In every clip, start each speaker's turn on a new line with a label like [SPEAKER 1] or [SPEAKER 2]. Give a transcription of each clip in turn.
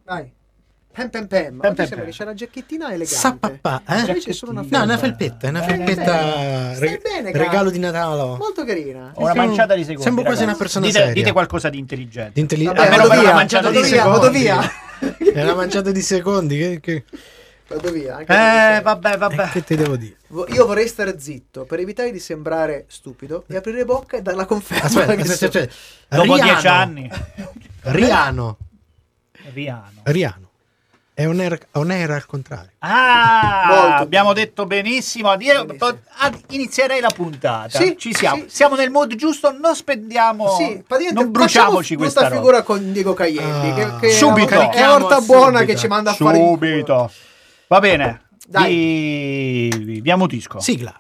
[SPEAKER 1] Dai. Pem pem pem. Oggi sembra che c'è una giacchettina elegante.
[SPEAKER 2] Sappapà,
[SPEAKER 1] Invece è solo una felpa.
[SPEAKER 2] No, una felpetta,
[SPEAKER 1] Stai bene,
[SPEAKER 2] regalo di Natale.
[SPEAKER 1] Molto carina.
[SPEAKER 3] Una manciata di secondi.
[SPEAKER 2] Sembra quasi una persona seria.
[SPEAKER 3] Dite qualcosa di intelligente.
[SPEAKER 1] Vabbè,
[SPEAKER 3] Almeno per una manciata di secondi.
[SPEAKER 1] Vado via.
[SPEAKER 2] È una manciata di secondi.
[SPEAKER 1] Vado via. Anche
[SPEAKER 3] Vabbè.
[SPEAKER 2] Che ti devo dire?
[SPEAKER 1] io vorrei stare zitto per evitare di sembrare stupido e aprire bocca e dare la conferma.
[SPEAKER 2] Aspetta.
[SPEAKER 3] Dopo 10 anni.
[SPEAKER 2] Riano. È un air al contrario.
[SPEAKER 3] Abbiamo detto benissimo. Inizierei la puntata.
[SPEAKER 1] Sì,
[SPEAKER 3] ci siamo.
[SPEAKER 1] sì.
[SPEAKER 3] Siamo nel mood giusto. Non spendiamo.
[SPEAKER 1] Non
[SPEAKER 3] bruciamoci questa roba.
[SPEAKER 1] figura con Diego Caielli. Che
[SPEAKER 3] subito.
[SPEAKER 1] È Orta Buona che ci manda a fare
[SPEAKER 3] subito. Va bene.
[SPEAKER 1] Dai.
[SPEAKER 3] Vi ammutisco.
[SPEAKER 2] Sigla.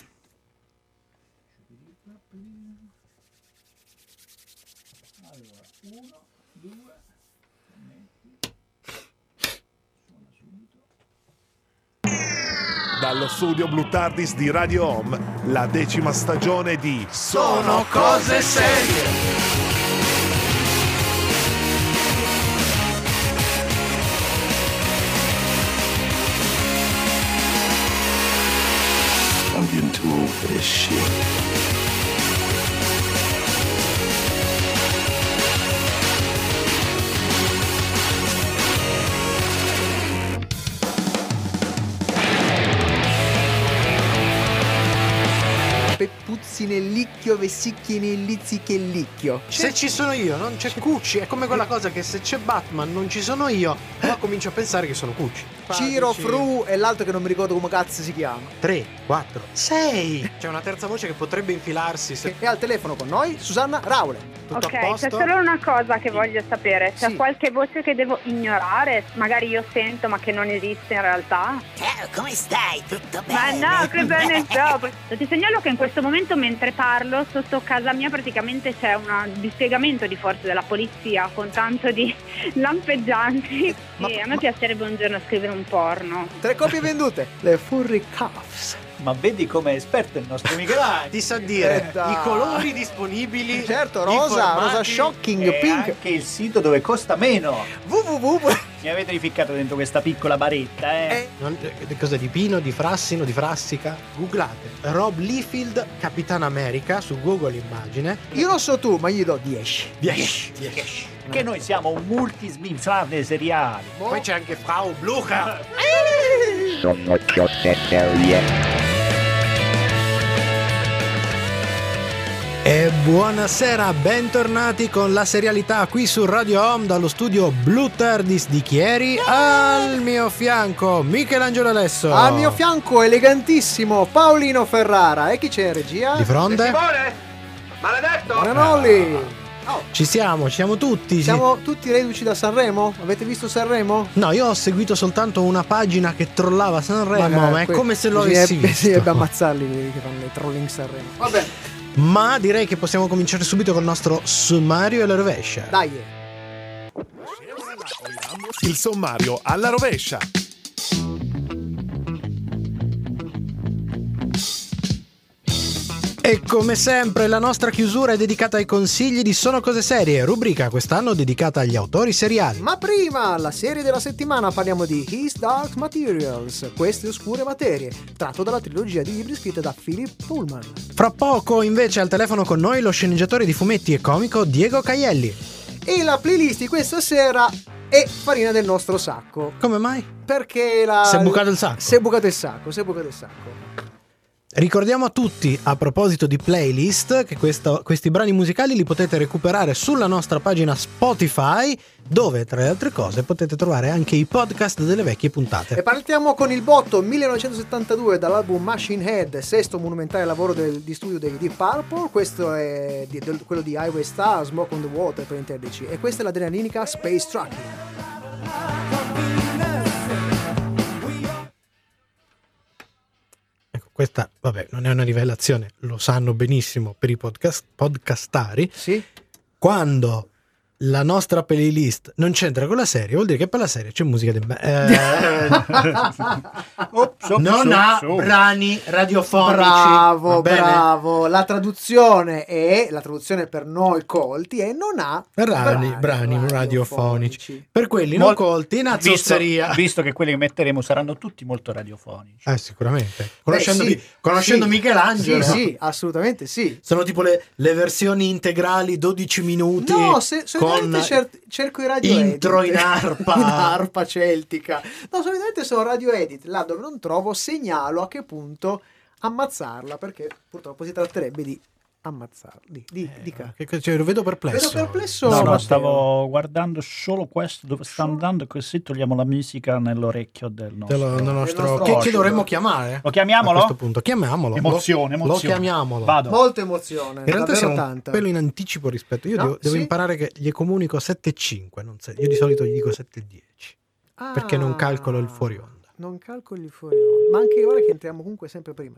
[SPEAKER 4] Dallo studio Blue Tardis di Radio Home, la 10ª stagione di Sono cose serie.
[SPEAKER 5] I'm getting too old for this shit.
[SPEAKER 1] Puzzi nell'icchio, vesicchi nell'izzichell'icchio.
[SPEAKER 2] Se ci sono io, non c'è Cucci. È come quella cosa che se c'è Batman non ci sono io, ma comincio a pensare che sono Cucci.
[SPEAKER 1] Ciro, Fru e l'altro che non mi ricordo come cazzo si chiama.
[SPEAKER 2] 3, 4, 6. C'è una terza voce che potrebbe infilarsi.
[SPEAKER 1] E al telefono con noi Susanna Raule.
[SPEAKER 2] Tutto
[SPEAKER 6] ok,
[SPEAKER 2] a posto?
[SPEAKER 6] c'è solo una cosa che voglio sapere. C'è
[SPEAKER 1] Sì.
[SPEAKER 6] qualche voce che devo ignorare? Magari io sento ma che non esiste in realtà?
[SPEAKER 7] Ciao, come stai? Tutto
[SPEAKER 6] Ma
[SPEAKER 7] bene?
[SPEAKER 6] no, che bene sto. Ti segnalo che in questo momento mentre parlo sotto casa mia praticamente c'è un dispiegamento di forze della polizia con tanto di lampeggianti. E a me piacerebbe un giorno scrivere un porno.
[SPEAKER 1] 3 copie vendute. Le Furry Cuffs.
[SPEAKER 3] Ma vedi come è esperto il nostro Michelangelo.
[SPEAKER 2] Ti sa dire
[SPEAKER 1] dai.
[SPEAKER 2] i colori disponibili.
[SPEAKER 1] Certo,
[SPEAKER 2] i
[SPEAKER 1] rosa
[SPEAKER 2] formati,
[SPEAKER 1] shocking,
[SPEAKER 3] E
[SPEAKER 1] pink.
[SPEAKER 3] anche il sito dove costa meno.
[SPEAKER 1] www.
[SPEAKER 3] Mi avete rificcato dentro questa piccola baretta,
[SPEAKER 2] Cosa di Pino, di Frassino, di Frassica? Googlate Rob Liefeld, Capitan America su Google Immagine.
[SPEAKER 1] Io non so tu, ma gli do 10.
[SPEAKER 2] 10.
[SPEAKER 3] Che noi siamo un multisbinzarne seriali.
[SPEAKER 2] Poi c'è anche Frau Blucher.
[SPEAKER 5] Sono cose serie.
[SPEAKER 2] E buonasera, bentornati con la serialità qui su Radio Home dallo studio Blue Tardis di Chieri. Al mio fianco Michelangelo Alesso.
[SPEAKER 1] Al mio fianco elegantissimo Paolino Ferrara. E chi c'è in regia?
[SPEAKER 2] Di fronte
[SPEAKER 8] Maledetto!
[SPEAKER 1] Manoli.
[SPEAKER 2] ci siamo tutti.
[SPEAKER 1] Siamo tutti reduci da Sanremo? Avete visto Sanremo?
[SPEAKER 2] No, io ho seguito soltanto una pagina che trollava Sanremo, ma è come se lo avessi visto.
[SPEAKER 1] Bisognerebbe ammazzarli quelli che fanno le trolling Sanremo. Va bene.
[SPEAKER 2] Ma direi che possiamo cominciare subito con il nostro sommario alla rovescia.
[SPEAKER 1] Dai.
[SPEAKER 4] Il sommario alla rovescia.
[SPEAKER 2] E come sempre la nostra chiusura è dedicata ai consigli di Sono Cose Serie, rubrica quest'anno dedicata agli autori seriali.
[SPEAKER 1] Ma prima, la serie della settimana, parliamo di His Dark Materials, Queste oscure materie, tratto dalla trilogia di libri scritta da Philip Pullman.
[SPEAKER 2] Fra poco invece al telefono con noi lo sceneggiatore di fumetti e comico Diego Caielli.
[SPEAKER 1] E la playlist di questa sera è farina del nostro sacco.
[SPEAKER 2] Come mai?
[SPEAKER 1] Perché
[SPEAKER 2] Si è bucato il sacco.
[SPEAKER 1] Si è bucato il sacco.
[SPEAKER 2] Ricordiamo a tutti, a proposito di playlist, che questi brani musicali li potete recuperare sulla nostra pagina Spotify, dove tra le altre cose potete trovare anche i podcast delle vecchie puntate.
[SPEAKER 1] E partiamo con il botto 1972 dall'album Machine Head, sesto monumentale lavoro di studio dei Deep Purple. Questo è quello di Highway Star, Smoke on the Water per intenderci, e questa è l'adrenalinica Space Trucking.
[SPEAKER 2] Questa, vabbè, non è una rivelazione, lo sanno benissimo per i podcastari.
[SPEAKER 1] Sì.
[SPEAKER 2] Quando la nostra playlist non c'entra con la serie, vuol dire che per la serie c'è musica non ha brani radiofonici.
[SPEAKER 1] Bravo. La traduzione per noi colti è non ha
[SPEAKER 2] brani radiofonici. Per quelli non colti, una zozzeria.
[SPEAKER 3] Visto che quelli che metteremo saranno tutti molto radiofonici.
[SPEAKER 2] Sicuramente. Conoscendo Michelangelo.
[SPEAKER 1] Sì, assolutamente sì.
[SPEAKER 2] Sono tipo le versioni integrali 12 minuti.
[SPEAKER 1] No, solitamente cerco i radio
[SPEAKER 2] intro
[SPEAKER 1] edit.
[SPEAKER 2] in arpa.
[SPEAKER 1] In arpa celtica. No, solitamente sono radio edit. Là dove non trovo, segnalo a che punto ammazzarla, perché purtroppo si tratterebbe di ammazzarla.
[SPEAKER 2] Lo vedo perplesso.
[SPEAKER 3] No, stavo guardando solo questo dove sta andando, così togliamo la musica nell'orecchio del nostro
[SPEAKER 2] che dovremmo chiamare?
[SPEAKER 3] Lo chiamiamolo?
[SPEAKER 2] A questo punto chiamiamolo.
[SPEAKER 3] Emozione.
[SPEAKER 2] Lo chiamiamolo.
[SPEAKER 3] Vado.
[SPEAKER 1] Molta emozione.
[SPEAKER 2] In realtà siamo
[SPEAKER 1] tanta.
[SPEAKER 2] un pelo in anticipo rispetto. Io devo imparare che gli comunico 7,5, non 6. Io di solito gli dico 7,10 perché non calcolo il fuori onda.
[SPEAKER 1] Non calcoli il fuori onda. Ma anche ora che entriamo comunque sempre prima.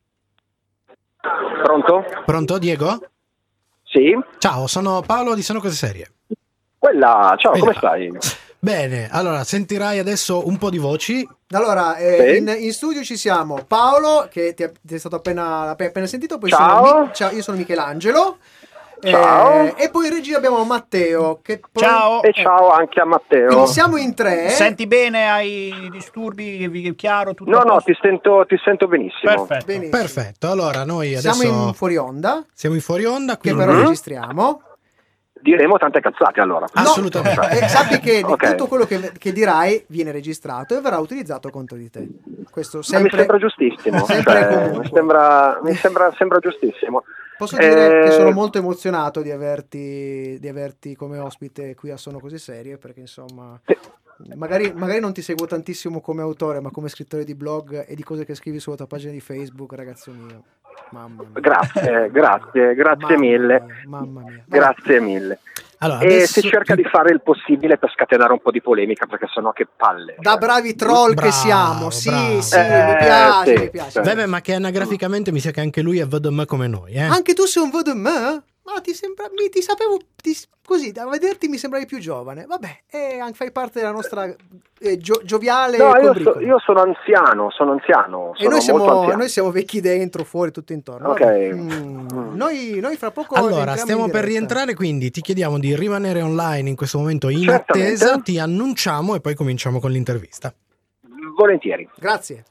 [SPEAKER 9] Pronto,
[SPEAKER 2] Diego?
[SPEAKER 9] Sì.
[SPEAKER 2] Ciao, sono Paolo di Sono Cose Serie.
[SPEAKER 9] Ciao, come stai?
[SPEAKER 2] Bene, allora sentirai adesso un po' di voci.
[SPEAKER 1] Allora, in studio ci siamo Paolo, che ti è stato appena sentito, poi
[SPEAKER 9] ciao.
[SPEAKER 1] Io sono Michelangelo.
[SPEAKER 9] Ciao.
[SPEAKER 1] E poi in regia abbiamo Matteo.
[SPEAKER 3] Ciao.
[SPEAKER 9] E ciao anche a Matteo.
[SPEAKER 1] Quindi siamo in 3.
[SPEAKER 3] Senti bene? Hai disturbi? Chiaro? Tutto
[SPEAKER 9] no, ti sento benissimo.
[SPEAKER 2] Perfetto. Allora, noi adesso
[SPEAKER 1] siamo in fuori onda.
[SPEAKER 2] Quindi
[SPEAKER 1] che però registriamo.
[SPEAKER 9] Diremo tante cazzate allora.
[SPEAKER 2] Assolutamente.
[SPEAKER 1] Sappi che tutto quello che dirai viene registrato e verrà utilizzato contro di te. Questo sempre,
[SPEAKER 9] mi sembra giustissimo. Mi sembra giustissimo.
[SPEAKER 1] Posso dire che sono molto emozionato di averti come ospite qui a Sono Cose Serie, perché insomma magari non ti seguo tantissimo come autore, ma come scrittore di blog e di cose che scrivi sulla tua pagina di Facebook, ragazzo mio. Mamma mia.
[SPEAKER 9] Grazie mille.
[SPEAKER 1] Mamma mia.
[SPEAKER 9] Grazie mille.
[SPEAKER 2] Allora,
[SPEAKER 9] e si cerca di fare il possibile per scatenare un po' di polemica, perché sennò che palle.
[SPEAKER 1] Da bravi troll che siamo. Sì, mi piace.
[SPEAKER 2] Vabbè, ma che anagraficamente mi sa che anche lui è VDM come noi,
[SPEAKER 1] Anche tu sei un VDM? Ma ti sapevo così, da vederti mi sembravi più giovane. Vabbè, fai parte della nostra gioviale.
[SPEAKER 9] No, io sono anziano.
[SPEAKER 1] E noi siamo vecchi dentro, fuori, tutto intorno.
[SPEAKER 9] Ok.
[SPEAKER 1] Noi fra poco.
[SPEAKER 2] Allora, stiamo per rientrare, quindi ti chiediamo di rimanere online in questo momento in attesa. Ti annunciamo e poi cominciamo con l'intervista.
[SPEAKER 9] Volentieri.
[SPEAKER 1] Grazie.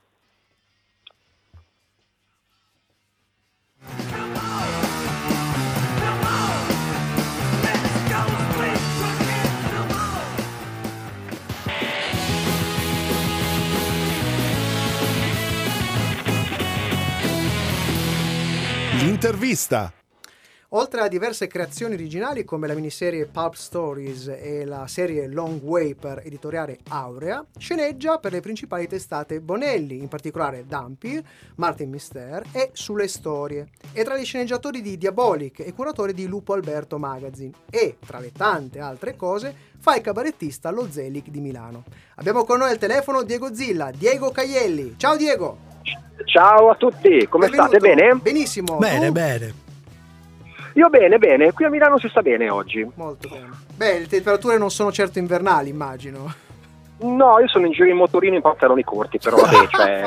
[SPEAKER 4] L'intervista.
[SPEAKER 1] Oltre a diverse creazioni originali come la miniserie Pulp Stories e la serie Long Way per editoriale Aurea, sceneggia per le principali testate Bonelli, in particolare Dampir, Martin Mister e Sulle Storie. È tra gli sceneggiatori di Diabolic e curatore di Lupo Alberto Magazine e, tra le tante altre cose, fa il cabarettista allo Zelig di Milano. Abbiamo con noi al telefono Diego Zilla, Diego Caielli. Ciao Diego!
[SPEAKER 9] Ciao a tutti, come state? Bene?
[SPEAKER 1] Benissimo.
[SPEAKER 2] Bene.
[SPEAKER 9] Io bene, qui a Milano si sta bene oggi.
[SPEAKER 1] Molto bene. Beh, le temperature non sono certo invernali, immagino.
[SPEAKER 9] No, io sono in giro in motorino in pantaloni corti, però vabbè,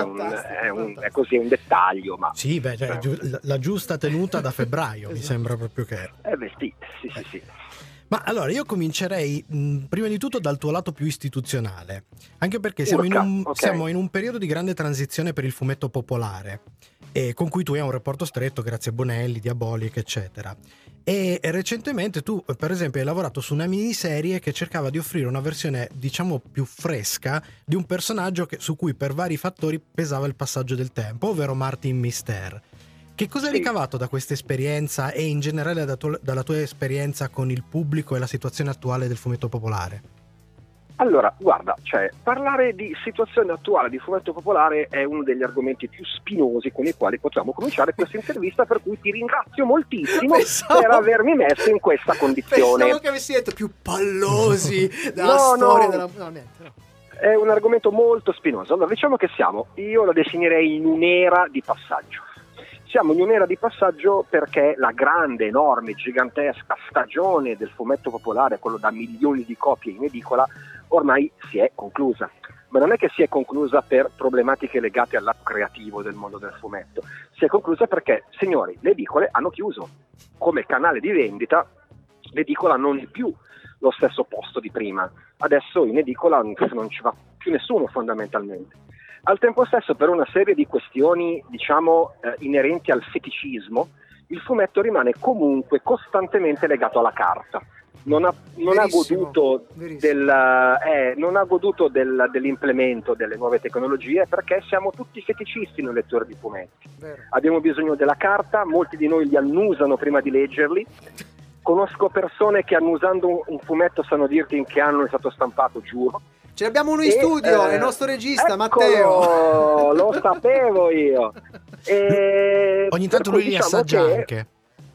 [SPEAKER 9] è così un dettaglio, ma...
[SPEAKER 2] Sì, la giusta tenuta da febbraio, mi sembra proprio che...
[SPEAKER 9] Sì.
[SPEAKER 2] Ma allora io comincerei prima di tutto dal tuo lato più istituzionale, anche perché siamo in un periodo di grande transizione per il fumetto popolare, e con cui tu hai un rapporto stretto grazie a Bonelli, Diabolic, eccetera. E recentemente tu, per esempio, hai lavorato su una miniserie che cercava di offrire una versione, diciamo, più fresca di un personaggio su cui per vari fattori pesava il passaggio del tempo, ovvero Martin Mister. Che cosa hai ricavato da questa esperienza e in generale dalla tua esperienza con il pubblico e la situazione attuale del fumetto popolare?
[SPEAKER 9] Allora, guarda, parlare di situazione attuale di fumetto popolare è uno degli argomenti più spinosi con i quali potremmo cominciare questa intervista, per cui ti ringrazio moltissimo per avermi messo in questa condizione.
[SPEAKER 1] Pensavo che avessi detto più pallosi della storia della... No, niente, no.
[SPEAKER 9] È un argomento molto spinoso. Allora, diciamo che io la definirei in un'era di passaggio. siamo in un'era di passaggio perché la grande, enorme, gigantesca stagione del fumetto popolare, quello da milioni di copie in edicola, ormai si è conclusa. Ma non è che si è conclusa per problematiche legate al lato creativo del mondo del fumetto, si è conclusa perché, signori, le edicole hanno chiuso. Come canale di vendita, l'edicola non è più lo stesso posto di prima. Adesso in edicola non ci va più nessuno fondamentalmente. Al tempo stesso, per una serie di questioni, diciamo, inerenti al feticismo, il fumetto rimane comunque costantemente legato alla carta. Non ha goduto dell'implemento delle nuove tecnologie perché siamo tutti feticisti noi lettori di fumetti. Abbiamo bisogno della carta, molti di noi li annusano prima di leggerli. Conosco persone che annusando un fumetto sanno dirti in che anno è stato stampato, giuro.
[SPEAKER 1] Ce l'abbiamo uno in studio, è il nostro regista,
[SPEAKER 9] eccolo,
[SPEAKER 1] Matteo.
[SPEAKER 9] Lo sapevo io.
[SPEAKER 2] Ogni tanto lui li assaggia anche.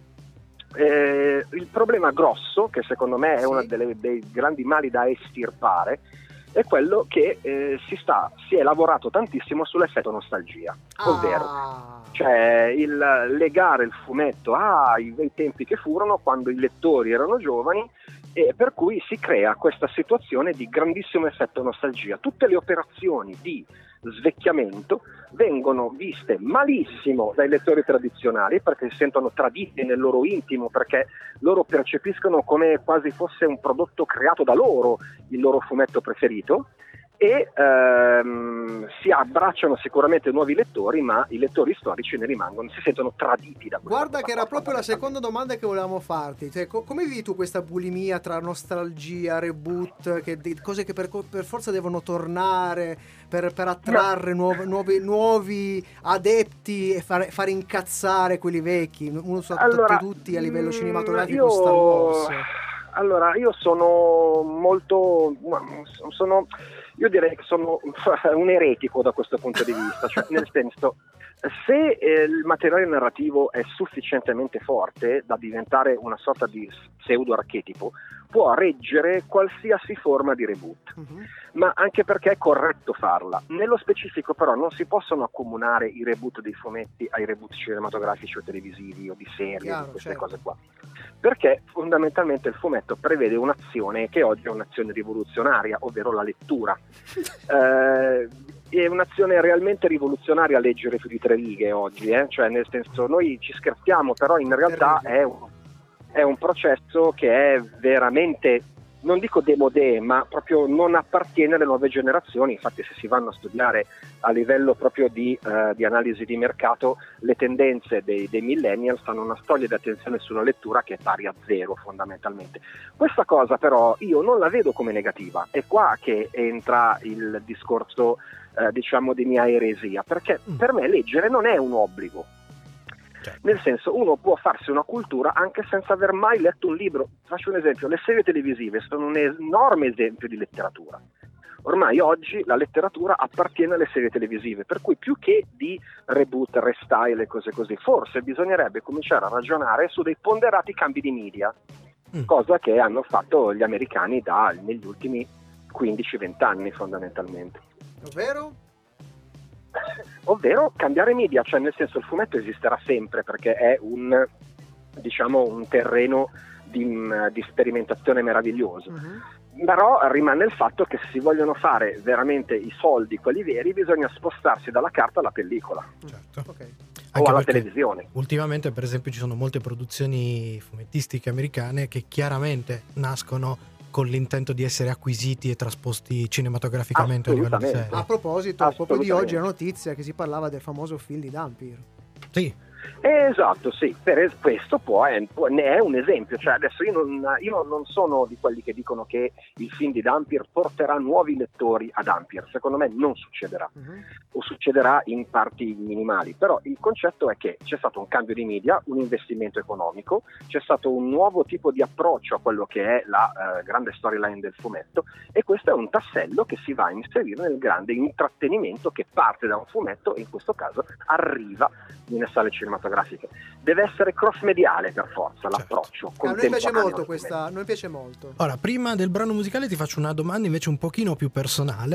[SPEAKER 9] Il problema grosso, che secondo me è uno dei grandi mali da estirpare, è quello che si è lavorato tantissimo sull'effetto nostalgia, ovvero cioè il legare il fumetto ai bei tempi che furono, quando i lettori erano giovani, e per cui si crea questa situazione di grandissimo effetto nostalgia. Tutte le operazioni di svecchiamento vengono viste malissimo dai lettori tradizionali perché si sentono traditi nel loro intimo, perché loro percepiscono come quasi fosse un prodotto creato da loro il loro fumetto preferito, e si abbracciano sicuramente nuovi lettori, ma i lettori storici ne rimangono, si sentono traditi da questo.
[SPEAKER 1] Guarda che era proprio la seconda domanda che volevamo farti, cioè, come vivi tu questa bulimia tra nostalgia, reboot, cose che per forza devono tornare per attrarre nuovi adepti e fare incazzare quelli vecchi, uno su tutti a livello cinematografico, Star Wars?
[SPEAKER 9] Allora, io io direi che sono un eretico da questo punto di vista, cioè nel senso, se il materiale narrativo è sufficientemente forte da diventare una sorta di pseudo archetipo, può reggere qualsiasi forma di reboot, ma anche perché è corretto farla. Nello specifico però non si possono accomunare i reboot dei fumetti ai reboot cinematografici o televisivi o di serie, di queste cose qua, perché fondamentalmente il fumetto prevede un'azione che oggi è un'azione rivoluzionaria, ovvero la lettura. È un'azione realmente rivoluzionaria leggere più di 3 righe oggi, cioè nel senso, noi ci scherziamo, però in realtà è un processo che è veramente, non dico démodé, ma proprio non appartiene alle nuove generazioni. Infatti se si vanno a studiare a livello proprio di analisi di mercato, le tendenze dei millennials hanno una soglia di attenzione sulla lettura che è pari a 0 fondamentalmente. Questa cosa però io non la vedo come negativa, è qua che entra il discorso diciamo di mia eresia, perché per me leggere non è un obbligo. Nel senso, uno può farsi una cultura anche senza aver mai letto un libro. Faccio un esempio: le serie televisive sono un enorme esempio di letteratura. Ormai oggi la letteratura appartiene alle serie televisive, per cui più che di reboot, restyle e cose così, forse bisognerebbe cominciare a ragionare su dei ponderati cambi di media, cosa che hanno fatto gli americani negli ultimi 15-20 anni fondamentalmente. Ovvero cambiare media, cioè nel senso, il fumetto esisterà sempre perché è un terreno di sperimentazione meraviglioso, però rimane il fatto che se si vogliono fare veramente i soldi, quelli veri, bisogna spostarsi dalla carta alla pellicola, o alla televisione.
[SPEAKER 2] Ultimamente per esempio ci sono molte produzioni fumettistiche americane che chiaramente nascono con l'intento di essere acquisiti e trasposti cinematograficamente a livello di serie.
[SPEAKER 1] A proposito, proprio di oggi la notizia che si parlava del famoso film di Dhampir.
[SPEAKER 2] Sì.
[SPEAKER 9] Esatto, sì, questo ne è un esempio. Cioè adesso io non sono di quelli che dicono che il film di Dhampir porterà nuovi lettori a Dhampir. Secondo me non succederà, o succederà in parti minimali, però il concetto è che c'è stato un cambio di media, un investimento economico, c'è stato un nuovo tipo di approccio a quello che è la grande storyline del fumetto, e questo è un tassello che si va a inserire nel grande intrattenimento che parte da un fumetto e in questo caso arriva nelle sale cinematografiche. Deve essere cross mediale per forza, l'approccio.
[SPEAKER 1] A noi piace molto questa, a noi piace molto.
[SPEAKER 2] Ora, prima del brano musicale ti faccio una domanda invece un pochino più personale.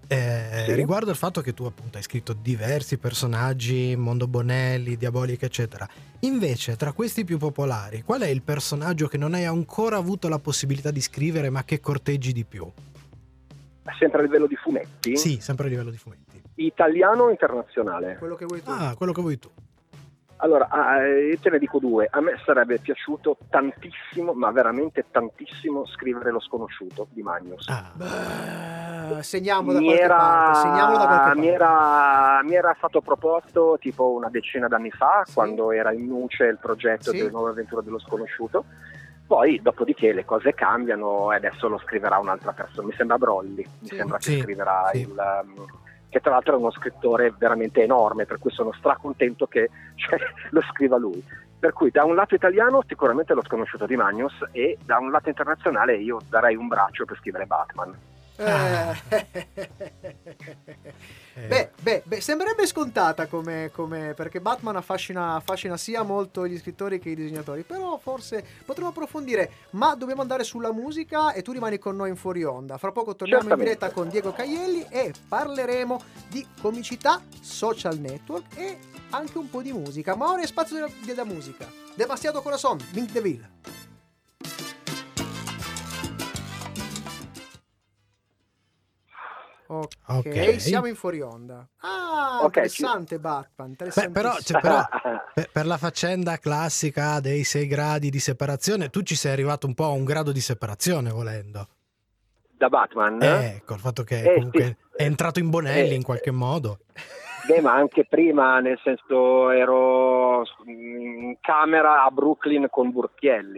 [SPEAKER 2] Riguardo al fatto che tu appunto hai scritto diversi personaggi, Mondo Bonelli, Diabolica eccetera, invece tra questi più popolari qual è il personaggio che non hai ancora avuto la possibilità di scrivere ma che corteggi di più?
[SPEAKER 9] Sempre a livello di fumetti?
[SPEAKER 2] Sì, sempre a livello di fumetti.
[SPEAKER 9] Italiano o internazionale?
[SPEAKER 1] Quello che vuoi tu.
[SPEAKER 2] Quello che vuoi tu.
[SPEAKER 9] Allora, te ne dico due. A me sarebbe piaciuto tantissimo, ma veramente tantissimo, scrivere Lo sconosciuto di Magnus.
[SPEAKER 1] Segniamo da qualche parte.
[SPEAKER 9] Mi era stato proposto tipo una decina d'anni fa,
[SPEAKER 1] sì,
[SPEAKER 9] quando era in luce il progetto
[SPEAKER 1] sì,
[SPEAKER 9] delle nuove avventure dello sconosciuto. Poi, dopodiché, le cose cambiano e adesso lo scriverà un'altra persona. Mi sembra Brolli, mi sembra che scriverà che tra l'altro è uno scrittore veramente enorme, per cui sono stracontento che lo scriva lui. Per cui da un lato italiano sicuramente Lo sconosciuto di Magnus, e da un lato internazionale io darei un braccio per scrivere Batman.
[SPEAKER 1] Beh, sembrerebbe scontata come perché Batman affascina sia molto gli scrittori che i disegnatori, però forse potremmo approfondire, ma dobbiamo andare sulla musica e tu rimani con noi in fuori onda. Fra poco torniamo in diretta con Diego Caielli e parleremo di comicità, social network e anche un po' di musica, ma ora è spazio della musica. Demasiado Corazón, Mink DeVille. Ok, siamo in fuori onda. Interessante Batman.
[SPEAKER 2] Però per la faccenda classica dei 6 gradi di separazione, tu ci sei arrivato un po' a un grado di separazione volendo.
[SPEAKER 9] Da Batman?
[SPEAKER 2] Ecco, il fatto che comunque è entrato in Bonelli in qualche modo.
[SPEAKER 9] Ma anche prima, nel senso, ero in camera a Brooklyn con Burchielli.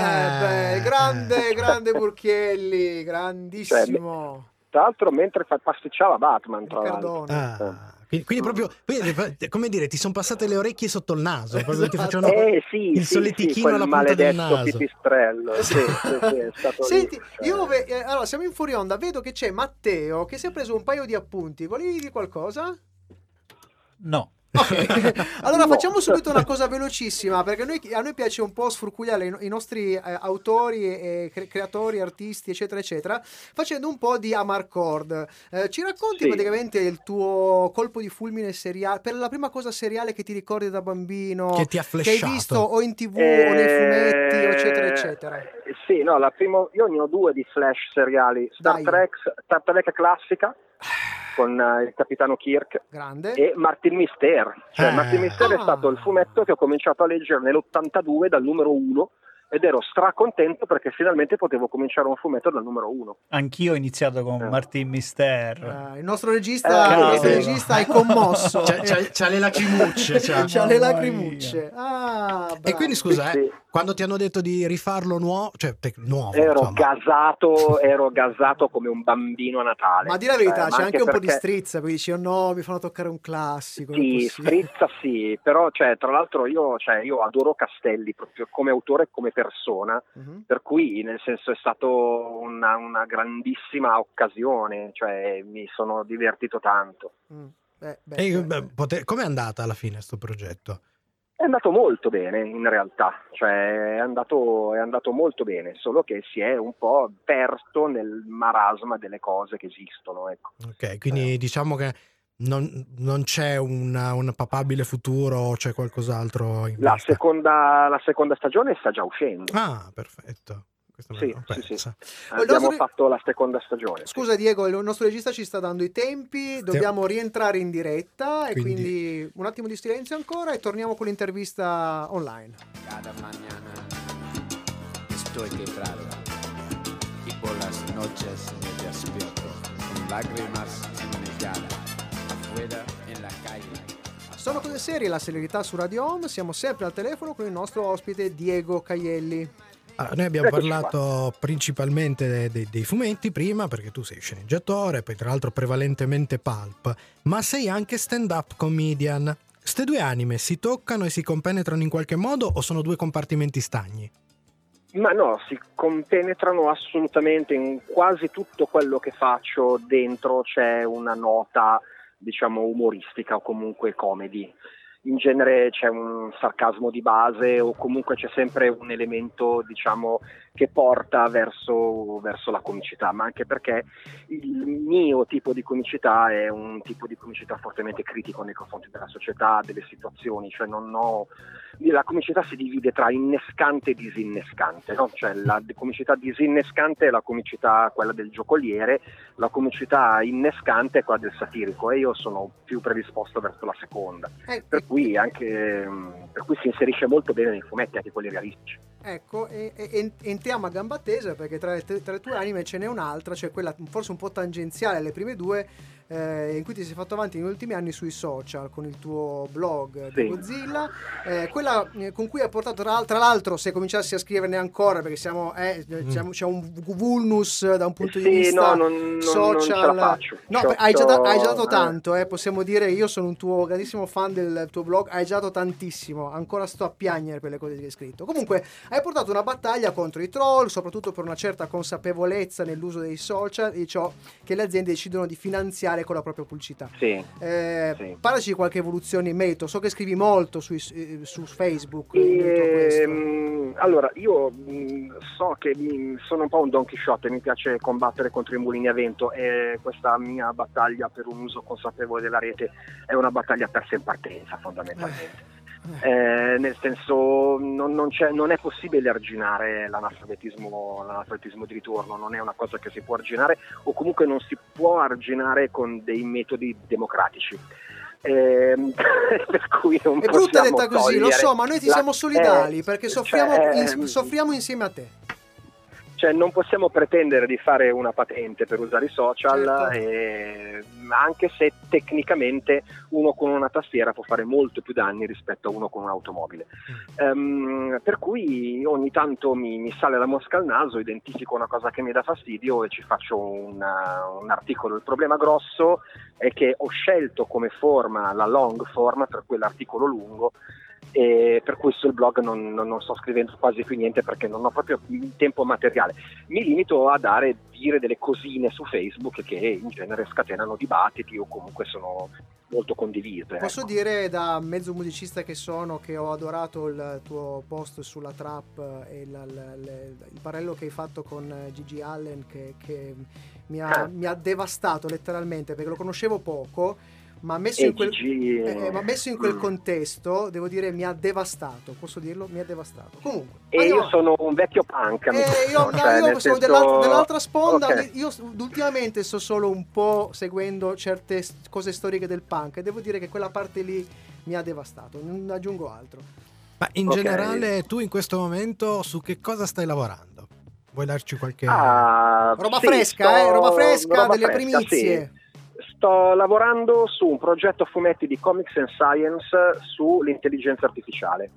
[SPEAKER 1] Grande Burchielli, grandissimo.
[SPEAKER 9] Tra l'altro mentre pasticciava Batman, tra l'altro.
[SPEAKER 2] Quindi proprio, come dire, ti sono passate le orecchie sotto il naso, proprio ti facevano il solletichino alla punta del naso.
[SPEAKER 9] Pipistrello. È stato
[SPEAKER 1] Senti, allora siamo in fuori onda, vedo che c'è Matteo che si è preso un paio di appunti. Volevi dire qualcosa?
[SPEAKER 3] No.
[SPEAKER 1] Okay. Allora facciamo subito una cosa velocissima, perché a noi piace un po' sfrucugliare i nostri autori e creatori, artisti eccetera eccetera, facendo un po' di Amarcord. Ci racconti praticamente il tuo colpo di fulmine seriale, per la prima cosa seriale che ti ricordi da bambino,
[SPEAKER 2] che ti ha flashato,
[SPEAKER 1] che hai visto o in TV o nei fumetti eccetera eccetera?
[SPEAKER 9] Sì, no, io ne ho due di flash seriali. Star Trek classica con il capitano Kirk.
[SPEAKER 1] Grande.
[SPEAKER 9] E Martin Myster. Martin Myster è stato il fumetto che ho cominciato a leggere nell'82 dal numero 1 ed ero stracontento perché finalmente potevo cominciare un fumetto dal numero 1.
[SPEAKER 3] Anch'io ho iniziato con Martin Myster.
[SPEAKER 1] Il nostro regista è commosso.
[SPEAKER 2] C'ha le lacrimucce.
[SPEAKER 1] C'ha le lacrimucce.
[SPEAKER 2] E quindi scusa, quando ti hanno detto di rifarlo nuovo,
[SPEAKER 9] ero gasato come un bambino a Natale.
[SPEAKER 1] Ma di la verità, c'è anche un po' di strizza, poi dici, oh no, mi fanno toccare un classico.
[SPEAKER 9] Sì, strizza sì, però tra l'altro io adoro Castelli proprio come autore e come persona, per cui nel senso è stato una grandissima occasione, mi sono divertito tanto.
[SPEAKER 2] Com'è andata alla fine sto progetto?
[SPEAKER 9] È andato molto bene in realtà, è andato molto bene, solo che si è un po' perso nel marasma delle cose che esistono, ecco.
[SPEAKER 2] Ok, quindi diciamo che non c'è un papabile futuro, c'è qualcos'altro in
[SPEAKER 9] la
[SPEAKER 2] vista?
[SPEAKER 9] La seconda stagione sta già uscendo.
[SPEAKER 2] Perfetto.
[SPEAKER 9] Sì. Abbiamo fatto la seconda stagione.
[SPEAKER 1] Scusa Diego, il nostro regista ci sta dando i tempi, dobbiamo rientrare in diretta e quindi un attimo di silenzio ancora e torniamo con l'intervista online.
[SPEAKER 10] Cada mañana estoy que trago y por las noches me despierto con lágrimas en mi cara, afuera en la calle.
[SPEAKER 1] Sono cose serie, la serialità su Radio Home, siamo sempre al telefono con il nostro ospite Diego Caielli.
[SPEAKER 2] Noi abbiamo parlato principalmente dei fumetti prima, perché tu sei sceneggiatore, poi tra l'altro prevalentemente pulp, ma sei anche stand-up comedian. Ste due anime si toccano e si compenetrano in qualche modo o sono due compartimenti stagni?
[SPEAKER 9] Ma no, si compenetrano assolutamente in quasi tutto quello che faccio. Dentro c'è una nota, umoristica o comunque comedy. In genere c'è un sarcasmo di base o comunque c'è sempre un elemento, che porta verso la comicità, ma anche perché il mio tipo di comicità è un tipo di comicità fortemente critico nei confronti della società, delle situazioni, cioè la comicità si divide tra innescante e disinnescante, no? Cioè la comicità disinnescante è la comicità quella del giocoliere, la comicità innescante è quella del satirico, e io sono più predisposto verso la seconda, per cui si inserisce molto bene nei fumetti, anche quelli realistici.
[SPEAKER 1] Ecco, e entriamo a gamba tesa, perché tra le tue anime ce n'è un'altra, cioè quella forse un po' tangenziale alle prime due, in cui ti sei fatto avanti negli ultimi anni sui social con il tuo blog di Godzilla, quella con cui hai portato tra l'altro, se cominciassi a scriverne ancora, perché c'è un vulnus da un punto di vista social,
[SPEAKER 9] non ce la faccio.
[SPEAKER 1] Hai già dato tanto, possiamo dire, io sono un tuo grandissimo fan del tuo blog, hai già dato tantissimo, ancora sto a piangere per le cose che hai scritto. Comunque hai portato una battaglia contro i troll, soprattutto per una certa consapevolezza nell'uso dei social e ciò che le aziende decidono di finanziare con la propria pubblicità.
[SPEAKER 9] Sì.
[SPEAKER 1] Parlaci di qualche evoluzione in merito. So che scrivi molto su Facebook.
[SPEAKER 9] Allora, io so che sono un po' un Don Chisciotte, mi piace combattere contro i mulini a vento, e questa mia battaglia per un uso consapevole della rete è una battaglia persa in partenza, fondamentalmente. Nel senso, non è possibile arginare l'analfabetismo di ritorno, non è una cosa che si può arginare, o comunque non si può arginare con dei metodi democratici. Per cui non
[SPEAKER 1] è brutta detta così, lo so, ma noi ti siamo solidali, perché soffriamo insieme a te.
[SPEAKER 9] Cioè, non possiamo pretendere di fare una patente per usare i social, anche se tecnicamente uno con una tastiera può fare molto più danni rispetto a uno con un'automobile. Per cui ogni tanto mi sale la mosca al naso, identifico una cosa che mi dà fastidio e ci faccio un articolo. Il problema grosso è che ho scelto come forma la long form per quell'articolo lungo, e per questo il blog non sto scrivendo quasi più niente, perché non ho proprio il tempo materiale. Mi limito a dire delle cosine su Facebook che in genere scatenano dibattiti o comunque sono molto condivise.
[SPEAKER 1] Posso dire, da mezzo musicista che sono, che ho adorato il tuo post sulla trap e il parallelo che hai fatto con Gigi Allen, che mi ha devastato letteralmente, perché lo conoscevo poco, ma messo in quel contesto, devo dire, mi ha devastato. Posso dirlo? Mi ha devastato. Comunque,
[SPEAKER 9] io sono un vecchio punk.
[SPEAKER 1] Io sono dell'altra sponda. Okay. Io ultimamente sto solo un po' seguendo certe cose storiche del punk, e devo dire che quella parte lì mi ha devastato. Non aggiungo altro.
[SPEAKER 2] Ma in generale, tu in questo momento su che cosa stai lavorando? Vuoi darci qualche
[SPEAKER 1] roba fresca, delle primizie?
[SPEAKER 9] Sì. Sto lavorando su un progetto fumetti di Comics and Science sull'intelligenza artificiale.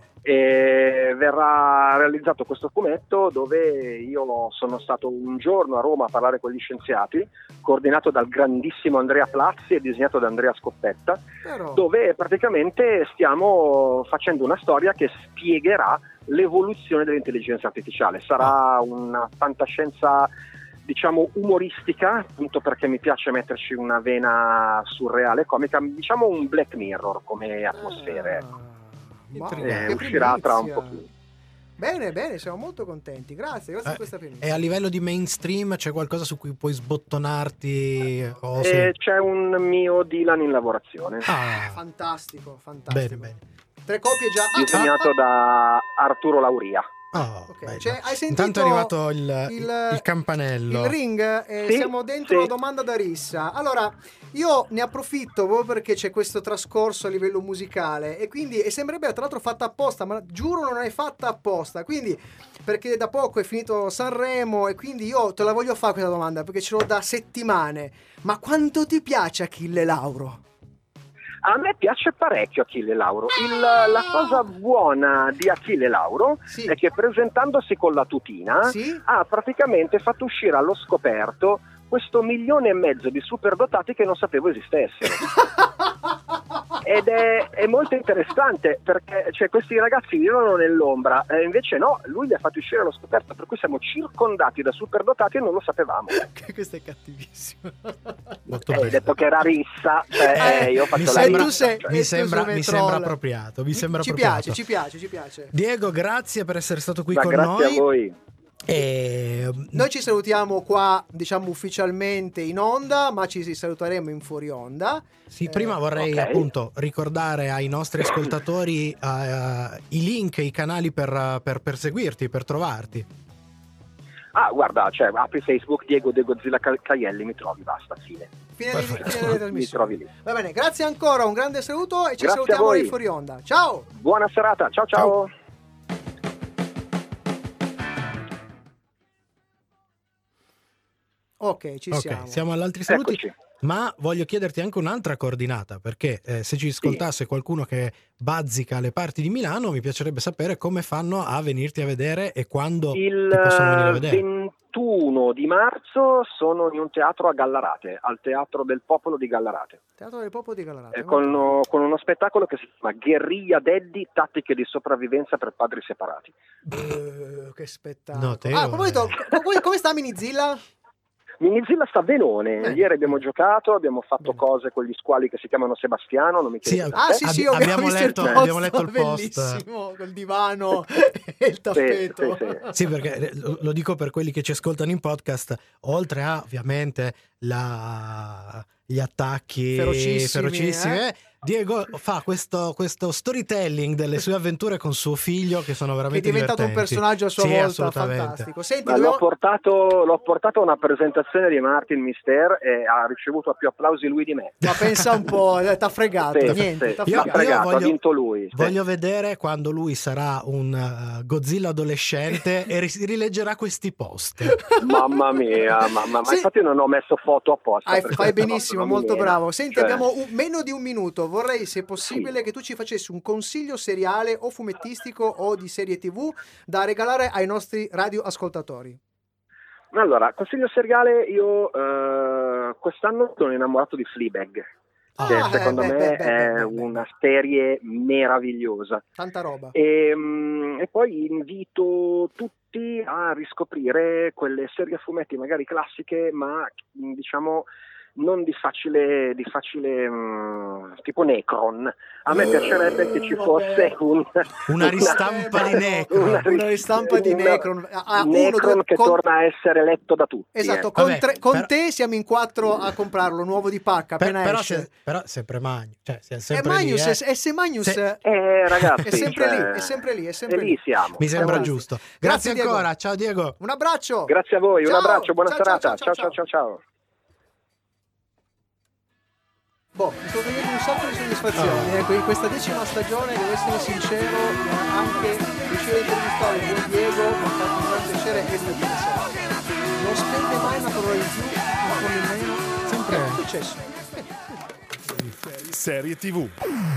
[SPEAKER 9] E verrà realizzato questo fumetto, dove io sono stato un giorno a Roma a parlare con gli scienziati, coordinato dal grandissimo Andrea Plazzi e disegnato da Andrea Scoppetta, dove praticamente stiamo facendo una storia che spiegherà l'evoluzione dell'intelligenza artificiale. Sarà una fantascienza, diciamo, umoristica, appunto perché mi piace metterci una vena surreale, comica, diciamo un Black Mirror come atmosfere. Uscirà tra un pochino.
[SPEAKER 1] Bene, siamo molto contenti. Grazie per questa primizia.
[SPEAKER 2] E a livello di mainstream c'è qualcosa su cui puoi sbottonarti?
[SPEAKER 9] C'è un mio Dylan in lavorazione.
[SPEAKER 1] Fantastico.
[SPEAKER 2] Bene.
[SPEAKER 1] 3 copie già.
[SPEAKER 9] Disegnato da Arturo Lauria.
[SPEAKER 1] Okay. Cioè, hai sentito?
[SPEAKER 2] Intanto è arrivato il campanello.
[SPEAKER 1] Il ring, siamo dentro la domanda da rissa. Allora, io ne approfitto proprio perché c'è questo trascorso a livello musicale, e quindi sembrerebbe tra l'altro fatta apposta, ma giuro non è fatta apposta. Quindi, perché da poco è finito Sanremo, e quindi io te la voglio fare questa domanda, perché ce l'ho da settimane. Ma quanto ti piace Achille Lauro?
[SPEAKER 9] A me piace parecchio Achille Lauro. La cosa buona di Achille Lauro è che, presentandosi con la tutina, ha praticamente fatto uscire allo scoperto questo 1,5 milioni di superdotati che non sapevo esistessero. Ed è molto interessante, perché questi ragazzi vivono nell'ombra, invece no, lui li ha fatti uscire allo scoperto, per cui siamo circondati da superdotati e non lo sapevamo.
[SPEAKER 1] Questo è cattivissimo.
[SPEAKER 9] Hai detto che era rissa, io faccio
[SPEAKER 2] mi sembra appropriato.
[SPEAKER 1] Ci piace.
[SPEAKER 2] Diego, grazie per essere stato qui con
[SPEAKER 9] grazie
[SPEAKER 2] noi.
[SPEAKER 9] A voi.
[SPEAKER 2] E
[SPEAKER 1] noi ci salutiamo qua, diciamo ufficialmente in onda, ma ci saluteremo in fuori onda.
[SPEAKER 2] Sì, prima vorrei appunto ricordare ai nostri ascoltatori i link, i canali per seguirti, per trovarti.
[SPEAKER 9] Guarda, cioè, apri Facebook, Diego De Godzilla Caielli, mi trovi, basta, fine.
[SPEAKER 1] Fine delle trasmissioni.
[SPEAKER 9] Mi trovi lì.
[SPEAKER 1] Va bene, grazie ancora, un grande saluto e ci
[SPEAKER 9] Grazie
[SPEAKER 1] salutiamo in fuori onda. Ciao!
[SPEAKER 9] Buona serata, ciao.
[SPEAKER 1] Ok,
[SPEAKER 2] siamo all'altri saluti.
[SPEAKER 9] Eccoci.
[SPEAKER 2] Ma voglio chiederti anche un'altra coordinata, perché se ci ascoltasse qualcuno che bazzica le parti di Milano, mi piacerebbe sapere come fanno a venirti a vedere e quando ti possono venire a vedere.
[SPEAKER 9] Il 21 di marzo sono in un teatro a Gallarate, al Teatro del Popolo di Gallarate.
[SPEAKER 1] Teatro del Popolo di Gallarate.
[SPEAKER 9] Con uno spettacolo che si chiama Guerriglia Daddy, tattiche di sopravvivenza per padri separati.
[SPEAKER 1] Che spettacolo.
[SPEAKER 2] No,
[SPEAKER 1] come sta Minizilla?
[SPEAKER 9] Minizilla sta benone. Ieri abbiamo giocato, abbiamo fatto cose con gli squali che si chiamano Sebastiano. Non mi
[SPEAKER 1] sì, abbiamo letto il post. Bellissimo, col divano e il tappeto.
[SPEAKER 2] Sì, perché lo dico per quelli che ci ascoltano in podcast, oltre a ovviamente gli attacchi ferocissimi. Diego fa questo storytelling delle sue avventure con suo figlio, che sono veramente
[SPEAKER 1] divertenti. È diventato un personaggio a sua volta fantastico. Senti,
[SPEAKER 9] l'ho portato a una presentazione di Martin Mister e ha ricevuto più applausi lui di me.
[SPEAKER 1] Ma pensa un po', t'ha fregato.
[SPEAKER 9] Ha vinto lui.
[SPEAKER 2] Voglio vedere quando lui sarà un Godzilla adolescente e rileggerà questi post.
[SPEAKER 9] Mamma mia, ma infatti non ho messo foto apposta.
[SPEAKER 1] Fai benissimo, molto bravo. Senti, abbiamo meno di un minuto. Vorrei, se possibile, che tu ci facessi un consiglio seriale o fumettistico o di serie TV da regalare ai nostri radioascoltatori.
[SPEAKER 9] Allora, consiglio seriale, io quest'anno sono innamorato di Fleabag, che secondo me è una serie meravigliosa.
[SPEAKER 1] Tanta roba.
[SPEAKER 9] E poi invito tutti a riscoprire quelle serie a fumetti magari classiche, ma diciamo non di facile tipo Necron. A me piacerebbe che ci fosse
[SPEAKER 2] una ristampa di Necron.
[SPEAKER 1] Una ristampa di Necron.
[SPEAKER 9] Necron che torna a essere letto da tutti.
[SPEAKER 1] Esatto, con te siamo in 4 a comprarlo, nuovo di pacca, appena esce.
[SPEAKER 2] Però sempre Magnus. Cioè, è sempre
[SPEAKER 1] Magnus,
[SPEAKER 2] lì,
[SPEAKER 1] se Magnus
[SPEAKER 9] ragazzi,
[SPEAKER 1] è sempre lì.
[SPEAKER 9] lì siamo.
[SPEAKER 2] Mi sembra giusto. Grazie ancora, ciao Diego.
[SPEAKER 1] Un abbraccio.
[SPEAKER 9] Grazie a voi, un abbraccio, buona serata. Ciao.
[SPEAKER 1] Mi sto vedendo un sacco di soddisfazioni. In questa 10ª stagione, devo essere sincero, anche riuscire a intervistare il buon Diego mi ha fatto un gran piacere e interessante. Non spende mai una parola in più, un po' in meno. Sempre è successo.
[SPEAKER 4] Serie TV.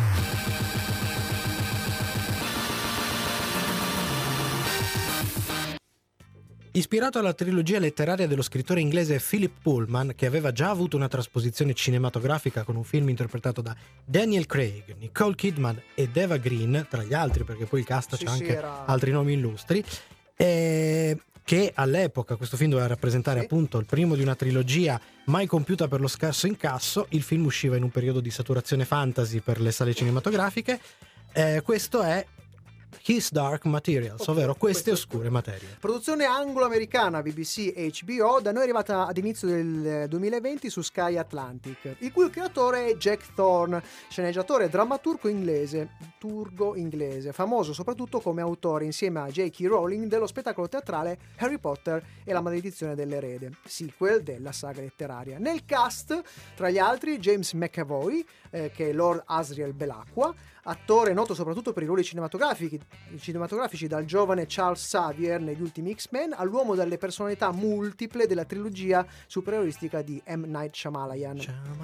[SPEAKER 2] Ispirato alla trilogia letteraria dello scrittore inglese Philip Pullman, che aveva già avuto una trasposizione cinematografica con un film interpretato da Daniel Craig, Nicole Kidman ed Eva Green, tra gli altri, perché poi il cast c'ha anche altri nomi illustri, che all'epoca questo film doveva rappresentare appunto il primo di una trilogia mai compiuta per lo scarso incasso. Il film usciva in un periodo di saturazione fantasy per le sale cinematografiche. Questo è His Dark Materials, ovvero queste oscure materie.
[SPEAKER 1] Produzione anglo-americana BBC HBO, da noi è arrivata ad inizio del 2020 su Sky Atlantic, il cui creatore è Jack Thorne, sceneggiatore e drammaturgo inglese, famoso soprattutto come autore insieme a J.K. Rowling dello spettacolo teatrale Harry Potter e la maledizione dell'erede, sequel della saga letteraria. Nel cast, tra gli altri, James McAvoy, che è Lord Asriel Belacqua, attore noto soprattutto per i ruoli cinematografici dal giovane Charles Xavier negli ultimi X-Men all'uomo dalle personalità multiple della trilogia supereroistica di M. Night Shyamalan.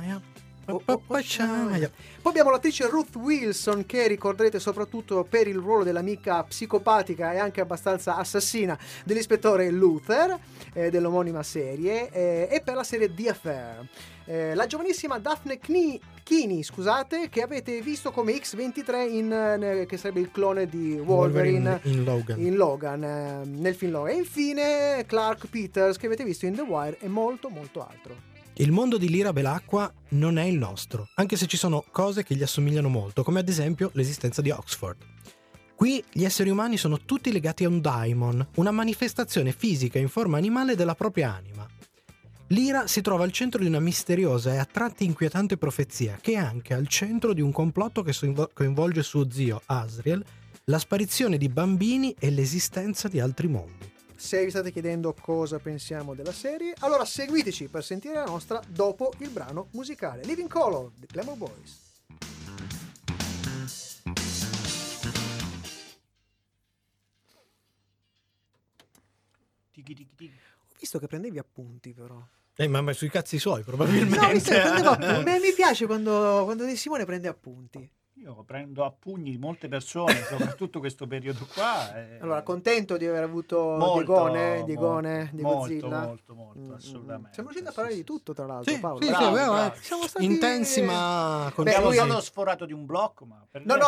[SPEAKER 1] Poi abbiamo l'attrice Ruth Wilson, che ricorderete soprattutto per il ruolo dell'amica psicopatica e anche abbastanza assassina dell'ispettore Luther, dell'omonima serie, e per la serie The Affair. La giovanissima Daphne Keane, che avete visto come X-23 che sarebbe il clone di Wolverine in Logan, nel film Logan. E infine Clark Peters, che avete visto in The Wire, e molto molto altro.
[SPEAKER 2] Il mondo di Lyra Belacqua non è il nostro, anche se ci sono cose che gli assomigliano molto, come ad esempio l'esistenza di Oxford. Qui gli esseri umani sono tutti legati a un daimon, una manifestazione fisica in forma animale della propria anima. Lyra si trova al centro di una misteriosa e a tratti inquietante profezia, che è anche al centro di un complotto che coinvolge suo zio Asriel, la sparizione di bambini e l'esistenza di altri mondi.
[SPEAKER 1] Se vi state chiedendo cosa pensiamo della serie, allora seguiteci per sentire la nostra dopo il brano musicale. Living Color, The Glamour Boys. Ho visto che prendevi appunti, però.
[SPEAKER 2] Ma sui cazzi suoi, probabilmente.
[SPEAKER 1] No, mi piace quando Di Simone prende appunti.
[SPEAKER 3] Io prendo a pugni molte persone, soprattutto questo periodo qua.
[SPEAKER 1] Allora, contento di aver avuto Diegone di Godzilla?
[SPEAKER 3] Molto, assolutamente.
[SPEAKER 1] Siamo riusciti a parlare di tutto, tra l'altro,
[SPEAKER 2] sì,
[SPEAKER 1] Paolo.
[SPEAKER 2] Sì, siamo stati intensi, ma...
[SPEAKER 3] Abbiamo stato sforato di un blocco, ma...
[SPEAKER 1] No,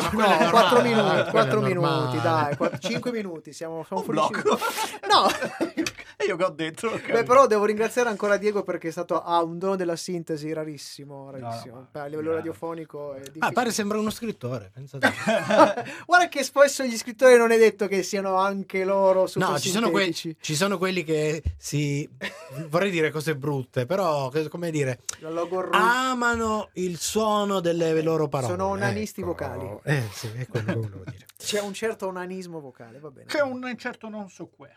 [SPEAKER 1] 4 minuti, dai, 5 minuti, siamo fuori. No!
[SPEAKER 3] E io che ho detto?
[SPEAKER 1] Beh, però devo ringraziare ancora Diego perché è stato un dono della sintesi rarissimo. A livello radiofonico è difficile.
[SPEAKER 2] Pare sembra uno scrittore, pensate.
[SPEAKER 1] Guarda che spesso gli scrittori non è detto che siano anche loro super
[SPEAKER 2] sintetici. Ci sono quelli che vorrei dire cose brutte, però come dire, amano il suono delle loro parole.
[SPEAKER 1] Sono onanisti vocali.
[SPEAKER 2] Sì, è quello che volevo dire.
[SPEAKER 1] C'è un certo onanismo vocale, va bene.
[SPEAKER 3] C'è un certo non so qua.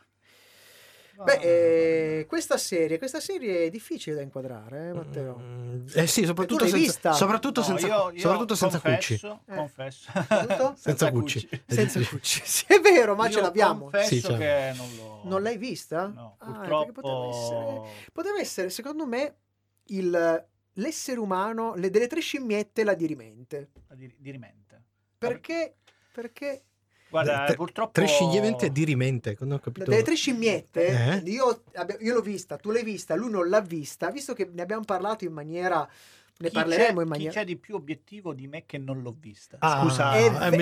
[SPEAKER 1] Beh, questa serie è difficile da inquadrare, Matteo.
[SPEAKER 2] Sì, soprattutto senza Cucci.
[SPEAKER 3] Confesso.
[SPEAKER 2] Senza Cucci.
[SPEAKER 1] Sì, è vero, ma ce l'abbiamo.
[SPEAKER 3] Confesso che
[SPEAKER 1] non l'hai vista?
[SPEAKER 3] No, purtroppo.
[SPEAKER 1] Poteva essere, secondo me, l'essere umano, delle 3 scimmiette, la dirimente. Perché?
[SPEAKER 3] Guarda, purtroppo
[SPEAKER 2] 3 scimmiette dirimente, non ho capito.
[SPEAKER 1] Delle 3 scimmiette, io l'ho vista, tu l'hai vista, lui non l'ha vista, visto che ne abbiamo parlato in maniera, parleremo in maniera.
[SPEAKER 3] Chi c'è di più obiettivo di me che non l'ho vista?
[SPEAKER 2] Scusa,
[SPEAKER 1] mi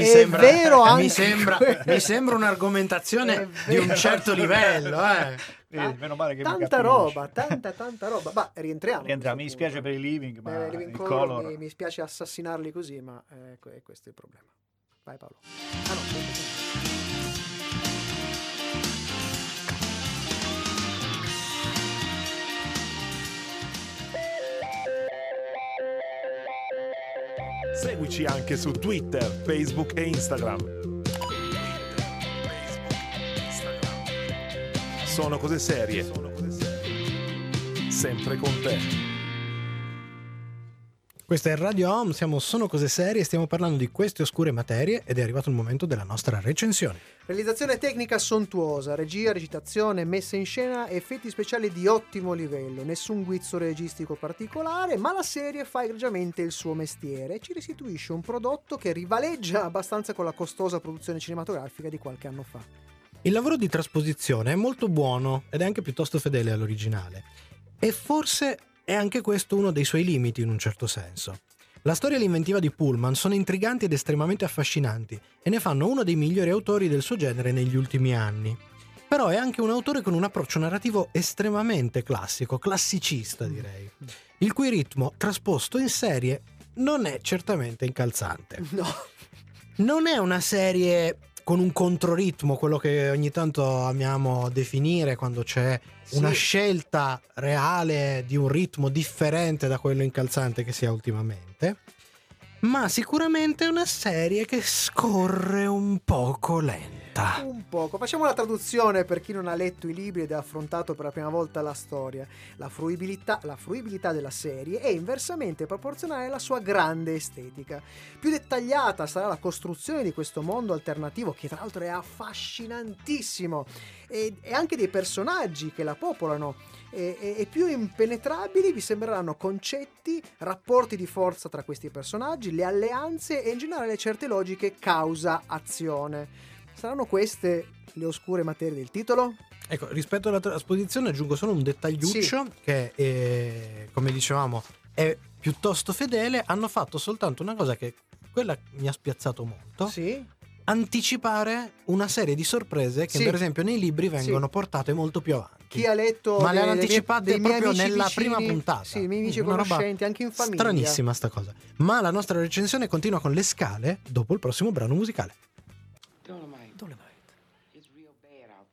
[SPEAKER 2] sembra un'argomentazione di un certo livello,
[SPEAKER 3] meno male che
[SPEAKER 1] tanta roba. Ma rientriamo.
[SPEAKER 3] Mi dispiace per i Living, ma
[SPEAKER 1] Living
[SPEAKER 3] il
[SPEAKER 1] Color mi spiace assassinarli così, ma questo è il problema. Vai Paolo.
[SPEAKER 4] Seguici anche su Twitter, Facebook e Instagram. Sono cose serie. Sempre con te.
[SPEAKER 2] Questa è Radio Home, Sono Cose Serie, stiamo parlando di queste oscure materie ed è arrivato il momento della nostra recensione.
[SPEAKER 1] Realizzazione tecnica sontuosa, regia, recitazione, messa in scena, effetti speciali di ottimo livello, nessun guizzo registico particolare, ma la serie fa egregiamente il suo mestiere e ci restituisce un prodotto che rivaleggia abbastanza con la costosa produzione cinematografica di qualche anno fa.
[SPEAKER 2] Il lavoro di trasposizione è molto buono ed è anche piuttosto fedele all'originale. E forse è anche questo uno dei suoi limiti in un certo senso. La storia e l'inventiva di Pullman sono intriganti ed estremamente affascinanti e ne fanno uno dei migliori autori del suo genere negli ultimi anni. Però è anche un autore con un approccio narrativo estremamente classicista direi, il cui ritmo trasposto in serie non è certamente incalzante.
[SPEAKER 1] No.
[SPEAKER 2] Non è una serie con un controritmo, quello che ogni tanto amiamo definire quando c'è una scelta reale di un ritmo differente da quello incalzante che si ha ultimamente, ma sicuramente è una serie che scorre un poco lenta.
[SPEAKER 1] Un poco. Facciamo la traduzione per chi non ha letto i libri ed ha affrontato per la prima volta la storia. La fruibilità della serie è inversamente proporzionale alla sua grande estetica. Più dettagliata sarà la costruzione di questo mondo alternativo, che tra l'altro è affascinantissimo, e anche dei personaggi che la popolano. E più impenetrabili vi sembreranno concetti, rapporti di forza tra questi personaggi, le alleanze e in generale certe logiche causa-azione. Saranno queste le oscure materie del titolo?
[SPEAKER 2] Ecco, rispetto alla trasposizione aggiungo solo un dettagliuccio che come dicevamo è piuttosto fedele. Hanno fatto soltanto una cosa che quella mi ha spiazzato molto. Anticipare una serie di sorprese che per esempio nei libri vengono portate molto più avanti.
[SPEAKER 1] Chi ha letto
[SPEAKER 2] ma le hanno anticipate proprio nella
[SPEAKER 1] vicini,
[SPEAKER 2] prima puntata.
[SPEAKER 1] Sì, i miei amici conoscenti, anche in famiglia.
[SPEAKER 2] Stranissima sta cosa. Ma la nostra recensione continua con le scale dopo il prossimo brano musicale.
[SPEAKER 1] Dolomite.
[SPEAKER 10] It's real bad out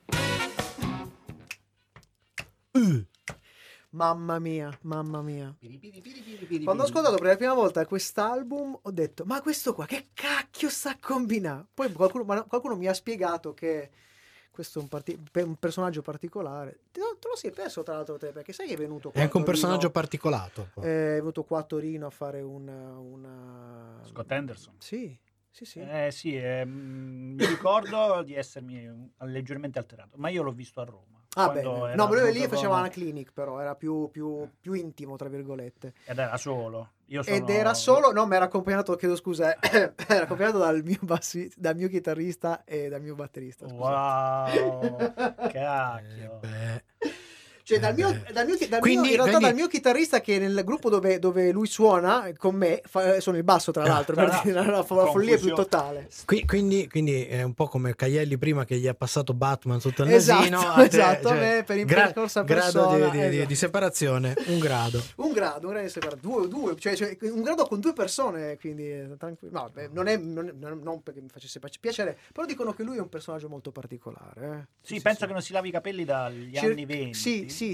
[SPEAKER 10] there.
[SPEAKER 1] Mamma mia. Quando ho ascoltato per la prima volta quest'album ho detto, ma questo qua che cacchio sta a combinare? Poi qualcuno mi ha spiegato che questo è un personaggio particolare. Te lo sei perso tra l'altro te, perché sai che è venuto qua
[SPEAKER 2] è anche un personaggio particolato.
[SPEAKER 1] È venuto qua a Torino a fare una...
[SPEAKER 3] Scott Henderson.
[SPEAKER 1] Sì.
[SPEAKER 3] Mi ricordo di essermi leggermente alterato, ma io l'ho visto a Roma.
[SPEAKER 1] Ah, beh. No, ma lui lì faceva una clinic, però era più intimo, tra virgolette.
[SPEAKER 3] Ed era solo.
[SPEAKER 1] No, ma era accompagnato, chiedo scusa, era accompagnato dal mio chitarrista e dal mio batterista.
[SPEAKER 3] Wow, cacchio.
[SPEAKER 1] Cioè dal mio chitarrista, che nel gruppo dove lui suona con me sono il basso, tra l'altro, per dire la follia più totale.
[SPEAKER 2] Quindi è un po' come Caglielli prima che gli ha passato Batman sotto il nasino.
[SPEAKER 1] Esatto, cioè, per percorsa persona,
[SPEAKER 2] grado di separazione, un grado
[SPEAKER 1] di separazione, due, cioè un grado con due persone, quindi tranquillo. No, non perché mi facesse piacere, però dicono che lui è un personaggio molto particolare.
[SPEAKER 3] Sì, penso che non si lavi i capelli dagli anni 20.
[SPEAKER 1] Sì.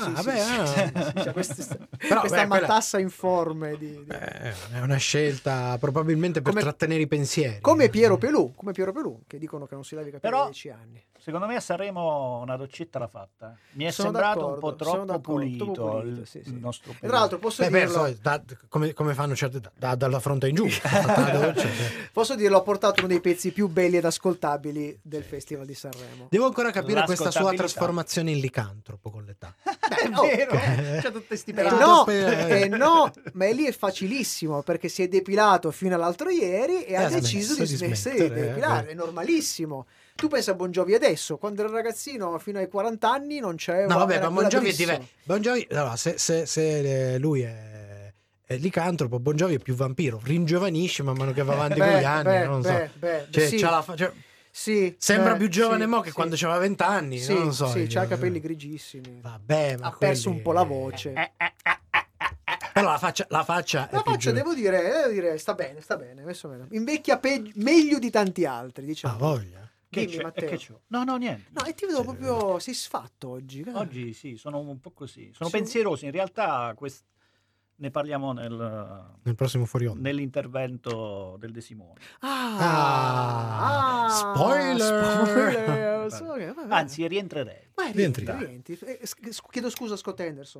[SPEAKER 2] C'è
[SPEAKER 1] questa matassa informe
[SPEAKER 2] è una scelta probabilmente per trattenere i pensieri.
[SPEAKER 1] Come Piero Pelù, che dicono che non si lavi i capelli da 10 anni.
[SPEAKER 3] Secondo me a Sanremo una doccetta l'ha fatta. Mi è sembrato un po' troppo pulito il nostro Pelù.
[SPEAKER 1] Tra l'altro posso dirlo,
[SPEAKER 2] come fanno certe dalla fronte in giù.
[SPEAKER 1] Posso dirlo, ha portato uno dei pezzi più belli ed ascoltabili del Festival di Sanremo.
[SPEAKER 2] Devo ancora capire questa sua trasformazione in licantropo con l'età.
[SPEAKER 1] È vero, c'è tutte sti no, ma lì è facilissimo, perché si è depilato fino all'altro ieri e ha deciso di smettere di depilare. È normalissimo. Tu pensa a Bon Jovi adesso, quando era ragazzino fino ai 40 anni non c'è...
[SPEAKER 2] No, vabbè, ma Bon Jovi è diverso. Bon Jovi, allora, se lui è licantropo, Bon Jovi è più vampiro, ringiovanisce man mano che va avanti con gli anni, non so.
[SPEAKER 1] Sì,
[SPEAKER 2] sembra più giovane che quando aveva 20 anni, non lo so.
[SPEAKER 1] Sì, c'ha i capelli grigissimi.
[SPEAKER 2] Vabbè, ma
[SPEAKER 1] ha perso un po' la voce.
[SPEAKER 2] Però la faccia
[SPEAKER 1] devo dire, sta bene, messo bene. Invecchia meglio di tanti altri, diciamo.
[SPEAKER 2] Ah, voglia.
[SPEAKER 1] Dimmi, Matteo.
[SPEAKER 3] No, niente.
[SPEAKER 1] No, e ti vedo proprio, sei sfatto oggi.
[SPEAKER 3] Oggi sì, sono un po' così. Sono pensieroso, in realtà ne parliamo nel
[SPEAKER 2] prossimo fuori onda,
[SPEAKER 3] nell'intervento del De Simone.
[SPEAKER 2] Spoiler.
[SPEAKER 3] Anzi, rientrerei.
[SPEAKER 1] Rientri. Chiedo scusa a Scott Henderson.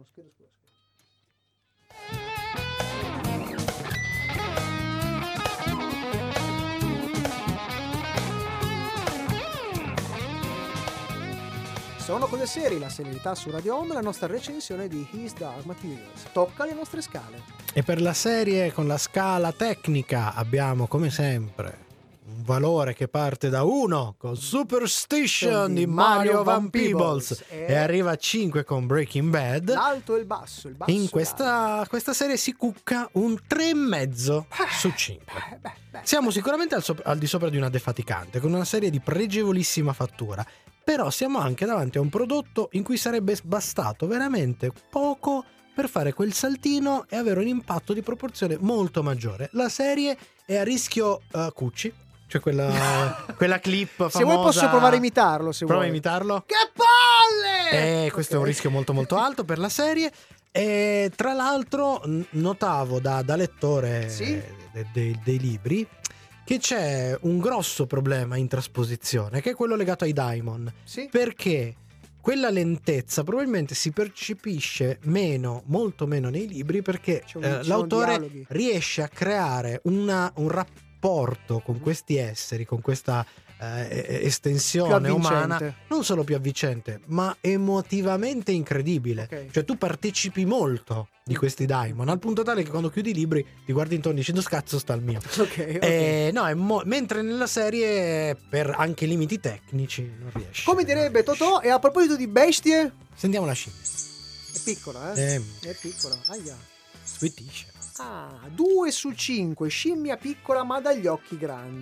[SPEAKER 1] Sono cose serie, la serietà su Radio Home, la nostra recensione di His Dark Materials. Tocca le nostre scale.
[SPEAKER 2] E per la serie con la scala tecnica abbiamo, come sempre, un valore che parte da 1 con Superstition di Mario Van Peebles e arriva a 5 con Breaking Bad.
[SPEAKER 1] L'alto e il basso.
[SPEAKER 2] In questa serie si cucca un 3,5 su 5. Siamo sicuramente al di sopra di una defaticante, con una serie di pregevolissima fattura. Però siamo anche davanti a un prodotto in cui sarebbe bastato veramente poco per fare quel saltino e avere un impatto di proporzione molto maggiore. La serie è a rischio Cucci, cioè quella clip famosa.
[SPEAKER 1] Se vuoi posso provare a imitarlo.
[SPEAKER 2] Prova a imitarlo.
[SPEAKER 1] Che palle!
[SPEAKER 2] Questo è un rischio molto molto alto per la serie. E tra l'altro notavo da lettore dei libri che c'è un grosso problema in trasposizione, che è quello legato ai daimon. Perché quella lentezza probabilmente si percepisce molto meno nei libri, perché l'autore riesce a creare un rapporto con questi esseri, con questa estensione umana, non solo più avvincente, ma emotivamente incredibile. Cioè tu partecipi molto di questi daimon, al punto tale che quando chiudi i libri ti guardi intorno dicendo scazzo sta il mio. Mentre nella serie, per anche limiti tecnici, non riesce.
[SPEAKER 1] Come direbbe Totò. E a proposito di bestie,
[SPEAKER 2] sentiamo la scimmia.
[SPEAKER 1] È piccola, è piccola.
[SPEAKER 2] Sweetisce.
[SPEAKER 1] 2 su 5, scimmia piccola ma dagli occhi grandi.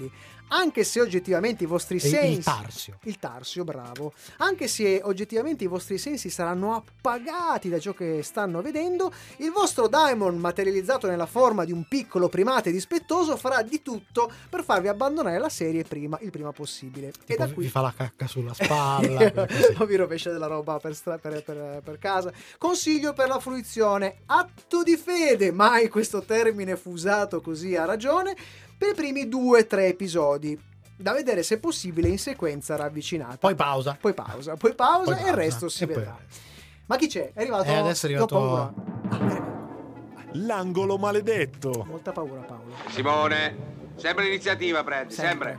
[SPEAKER 1] anche se oggettivamente i vostri sensi...
[SPEAKER 2] Il
[SPEAKER 1] tarsio, bravo. Anche se oggettivamente i vostri sensi saranno appagati da ciò che stanno vedendo, il vostro daimon, materializzato nella forma di un piccolo primate dispettoso, farà di tutto per farvi abbandonare la serie il prima possibile.
[SPEAKER 2] Tipo,
[SPEAKER 1] e da qui
[SPEAKER 2] vi fa la cacca sulla spalla
[SPEAKER 1] o vi rovescia della roba per casa. Consiglio per la fruizione: atto di fede, mai questo termine fu usato così a ragione, per i primi 2-3 episodi, da vedere se possibile in sequenza ravvicinata.
[SPEAKER 2] Poi pausa
[SPEAKER 1] e il resto si vedrà. Ma chi c'è? È arrivato?
[SPEAKER 2] Adesso è arrivato...
[SPEAKER 1] Ho paura.
[SPEAKER 4] L'angolo maledetto.
[SPEAKER 1] Molta paura, Paolo.
[SPEAKER 8] Simone, sempre l'iniziativa prendi, sempre.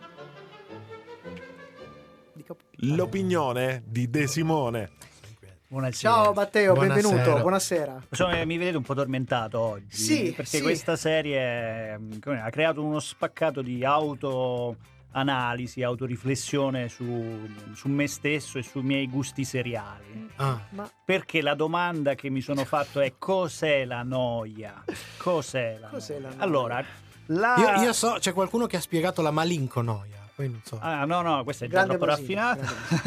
[SPEAKER 4] L'opinione di De Simone.
[SPEAKER 3] Buonasera.
[SPEAKER 1] Ciao Matteo, benvenuto, buonasera.
[SPEAKER 3] Mi vedete un po' tormentato oggi,
[SPEAKER 1] sì,
[SPEAKER 3] perché questa serie ha creato uno spaccato di autoanalisi, autoriflessione su me stesso e sui miei gusti seriali. Perché la domanda che mi sono fatto è: cos'è la noia? Cos'è la noia? Allora,
[SPEAKER 2] io so, c'è qualcuno che ha spiegato la malinconoia, poi non so.
[SPEAKER 3] No, questa è già troppo raffinata.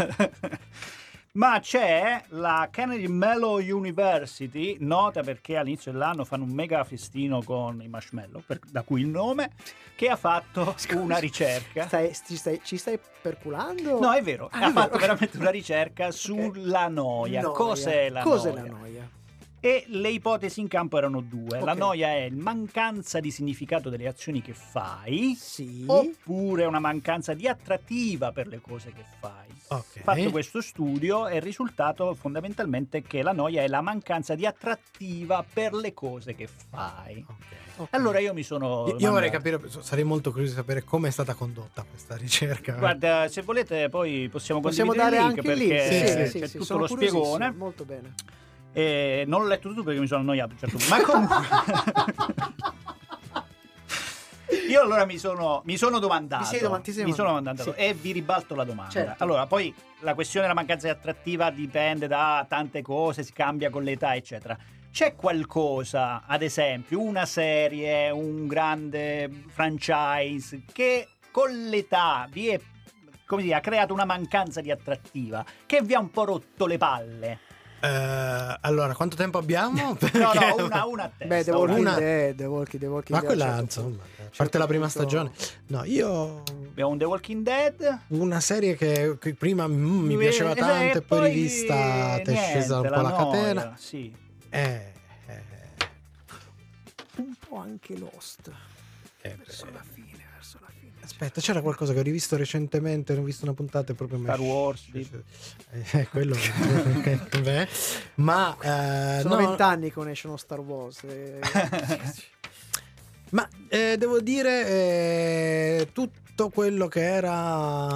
[SPEAKER 3] Ma c'è la Carnegie Mellon University, nota perché all'inizio dell'anno fanno un mega festino con i marshmallow, da cui il nome, che ha fatto una ricerca.
[SPEAKER 1] Ci stai perculando?
[SPEAKER 3] No, è vero, ha fatto veramente una ricerca sulla noia. Cos'è la
[SPEAKER 1] noia?
[SPEAKER 3] E le ipotesi in campo erano due. La noia è mancanza di significato delle azioni che fai, oppure una mancanza di attrattiva per le cose che fai. Fatto questo studio è il risultato fondamentalmente che la noia è la mancanza di attrattiva per le cose che fai. Allora io mi sono...
[SPEAKER 2] Io vorrei capire, sarei molto curioso di sapere come è stata condotta questa ricerca.
[SPEAKER 3] Guarda, se volete poi possiamo condividere
[SPEAKER 1] dare
[SPEAKER 3] il link,
[SPEAKER 1] anche
[SPEAKER 3] perché
[SPEAKER 1] c'è
[SPEAKER 3] tutto lo spiegone.
[SPEAKER 1] Molto bene.
[SPEAKER 3] Non l'ho letto tutto perché mi sono annoiato a un certo punto. Ma comunque io allora mi sono domandato e vi ribalto la domanda.
[SPEAKER 1] Certo.
[SPEAKER 3] Allora, poi la questione della mancanza di attrattiva dipende da tante cose, si cambia con l'età, eccetera. C'è qualcosa, ad esempio, una serie, un grande franchise che con l'età ha creato una mancanza di attrattiva che vi ha un po' rotto le palle?
[SPEAKER 2] Allora, quanto tempo abbiamo?
[SPEAKER 3] Una a testa.
[SPEAKER 1] Beh, The Walking Dead.
[SPEAKER 2] Ma quella, insomma, a parte la prima stagione. No, io...
[SPEAKER 3] Abbiamo un The Walking Dead.
[SPEAKER 2] Una serie che prima mi piaceva tanto e poi rivista ti è scesa un po' la catena.
[SPEAKER 3] Sì.
[SPEAKER 1] Un po' anche Lost. Verso la fine.
[SPEAKER 2] Aspetta, c'era qualcosa che ho rivisto recentemente, ho visto una puntata e proprio
[SPEAKER 3] Star Wars,
[SPEAKER 2] quello ma
[SPEAKER 1] sono 20 anni che non esce uno Star Wars.
[SPEAKER 2] Ma devo dire tutto quello che era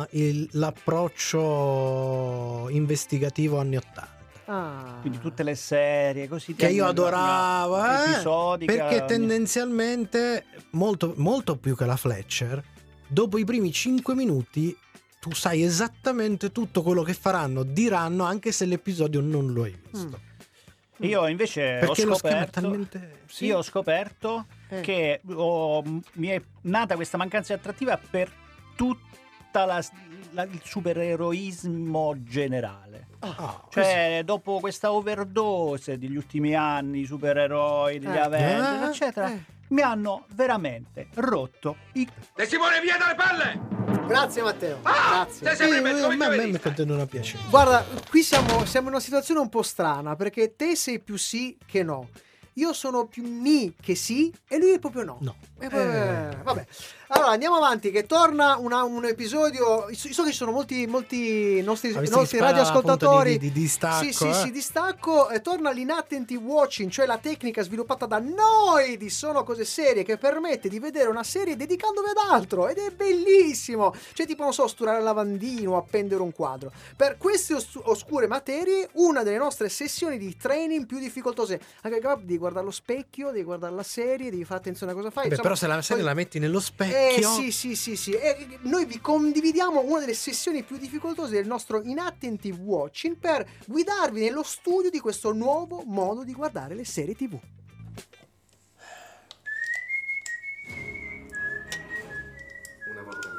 [SPEAKER 2] l'approccio investigativo anni 80.
[SPEAKER 3] Quindi tutte le serie così
[SPEAKER 2] che io adoravo, perché tendenzialmente molto, molto più che la Fletcher, dopo i primi 5 minuti tu sai esattamente tutto quello che diranno, anche se l'episodio non lo hai visto.
[SPEAKER 3] Io invece ho scoperto che mi è nata questa mancanza di attrattiva per tutta il supereroismo generale. Dopo questa overdose degli ultimi anni, i supereroi, degli Avengers, eccetera, mi hanno veramente rotto
[SPEAKER 8] De Simone, via dalle palle!
[SPEAKER 1] Grazie Matteo. Grazie.
[SPEAKER 2] A me mi continuano a piacere.
[SPEAKER 1] Guarda, qui siamo in una situazione un po' strana, perché te sei più sì che no. Io sono più ni che sì e lui è proprio no. Vabbè. Allora andiamo avanti, che torna un episodio. So che ci sono molti nostri radioascoltatori
[SPEAKER 2] di distacco.
[SPEAKER 1] Sì, distacco. Torna l'inattentive watching, cioè la tecnica sviluppata da noi di Sono Cose Serie, che permette di vedere una serie dedicandovi ad altro, ed è bellissimo. Cioè tipo, non so, sturare il lavandino o appendere un quadro. Per queste oscure materie, una delle nostre sessioni di training più difficoltose. Anche devi guardare lo specchio, devi guardare la serie, devi fare attenzione a cosa fai.
[SPEAKER 2] Insomma, però se la serie la metti nello specchio.
[SPEAKER 1] Sì. E noi vi condividiamo una delle sessioni più difficoltose del nostro inattentive watching per guidarvi nello studio di questo nuovo modo di guardare le serie TV.
[SPEAKER 11] Una volta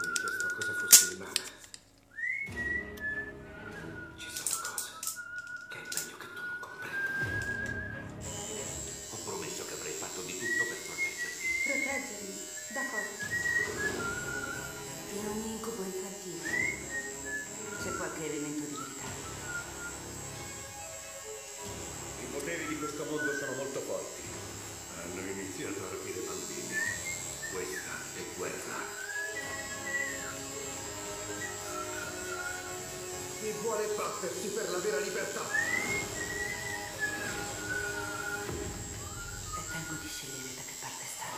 [SPEAKER 11] Difficilmente che parte sta.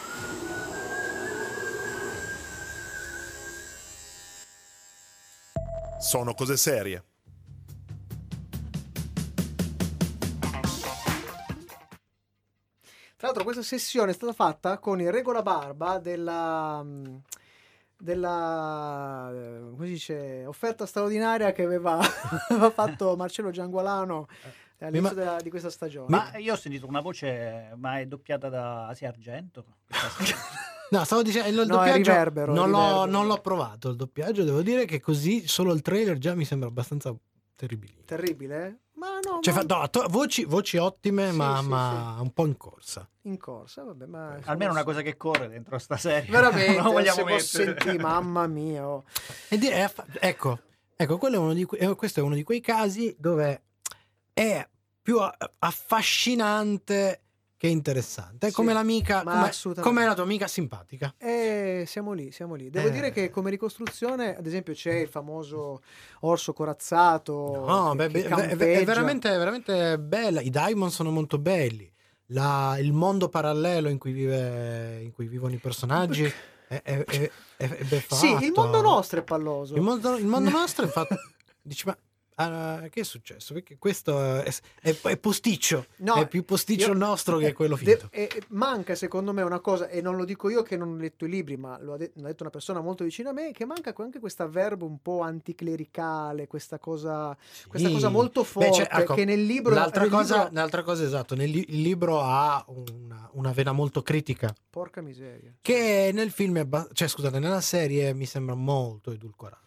[SPEAKER 4] Sono cose serie.
[SPEAKER 1] Tra l'altro questa sessione è stata fatta con il regolabarba della come si dice, offerta straordinaria che aveva fatto Marcello Giangualano all'inizio di questa stagione.
[SPEAKER 3] Ma io ho sentito una voce, ma è doppiata da Asia Argento?
[SPEAKER 2] No, stavo dicendo il doppiaggio non l'ho provato il doppiaggio, devo dire che così solo il trailer già mi sembra abbastanza terribile. Ma no, cioè, voci ottime, sì, ma un po' in corsa.
[SPEAKER 1] Vabbè, ma
[SPEAKER 3] almeno una cosa che corre dentro sta serie.
[SPEAKER 1] Veramente,
[SPEAKER 3] non vogliamo
[SPEAKER 1] sentire, mamma mia. Oh.
[SPEAKER 2] Ecco, questo è uno di quei casi dove è più affascinante che interessante. È come l'amica, come la tua amica simpatica.
[SPEAKER 1] Siamo lì. Devo dire che come ricostruzione, ad esempio, c'è il famoso orso corazzato.
[SPEAKER 2] No, è veramente bella. I Daimon sono molto belli. Il mondo parallelo in cui vivono i personaggi è ben fatto.
[SPEAKER 1] Sì, il mondo nostro è palloso.
[SPEAKER 2] Il mondo nostro è fatto. Dici, ma che è successo? Perché questo è posticcio, è più posticcio il nostro che quello finto.
[SPEAKER 1] Manca secondo me una cosa, e non lo dico io che non ho letto i libri, ma l'ha detto una persona molto vicina a me, che manca anche questa verbo un po' anticlericale, questa cosa molto forte, che nel libro...
[SPEAKER 2] L'altra cosa esatto, il libro ha una vena molto critica.
[SPEAKER 1] Porca miseria.
[SPEAKER 2] Che nel film nella serie mi sembra molto edulcorata.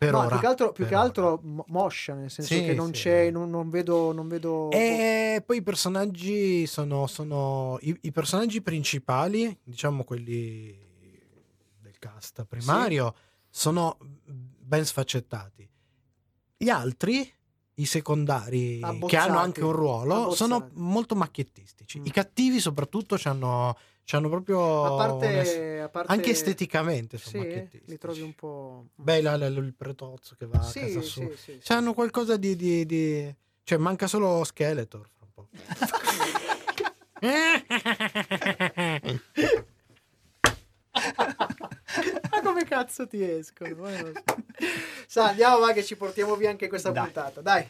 [SPEAKER 1] Più che altro moscia, nel senso che non c'è, non vedo.
[SPEAKER 2] E poi i personaggi sono i personaggi principali, diciamo quelli del cast primario, sono ben sfaccettati. Gli altri, i secondari, che hanno anche un ruolo, sono molto macchiettistici. I cattivi soprattutto c'hanno proprio
[SPEAKER 1] a parte
[SPEAKER 2] anche esteticamente sono macchiettistici.
[SPEAKER 1] Li trovi un po'.
[SPEAKER 2] Beh, il pretozzo che va a casa sua. Hanno qualcosa di cioè manca solo Skeletor fra un po'.
[SPEAKER 1] Ma come cazzo ti escono? Sa, andiamo va che ci portiamo via anche questa puntata, dai.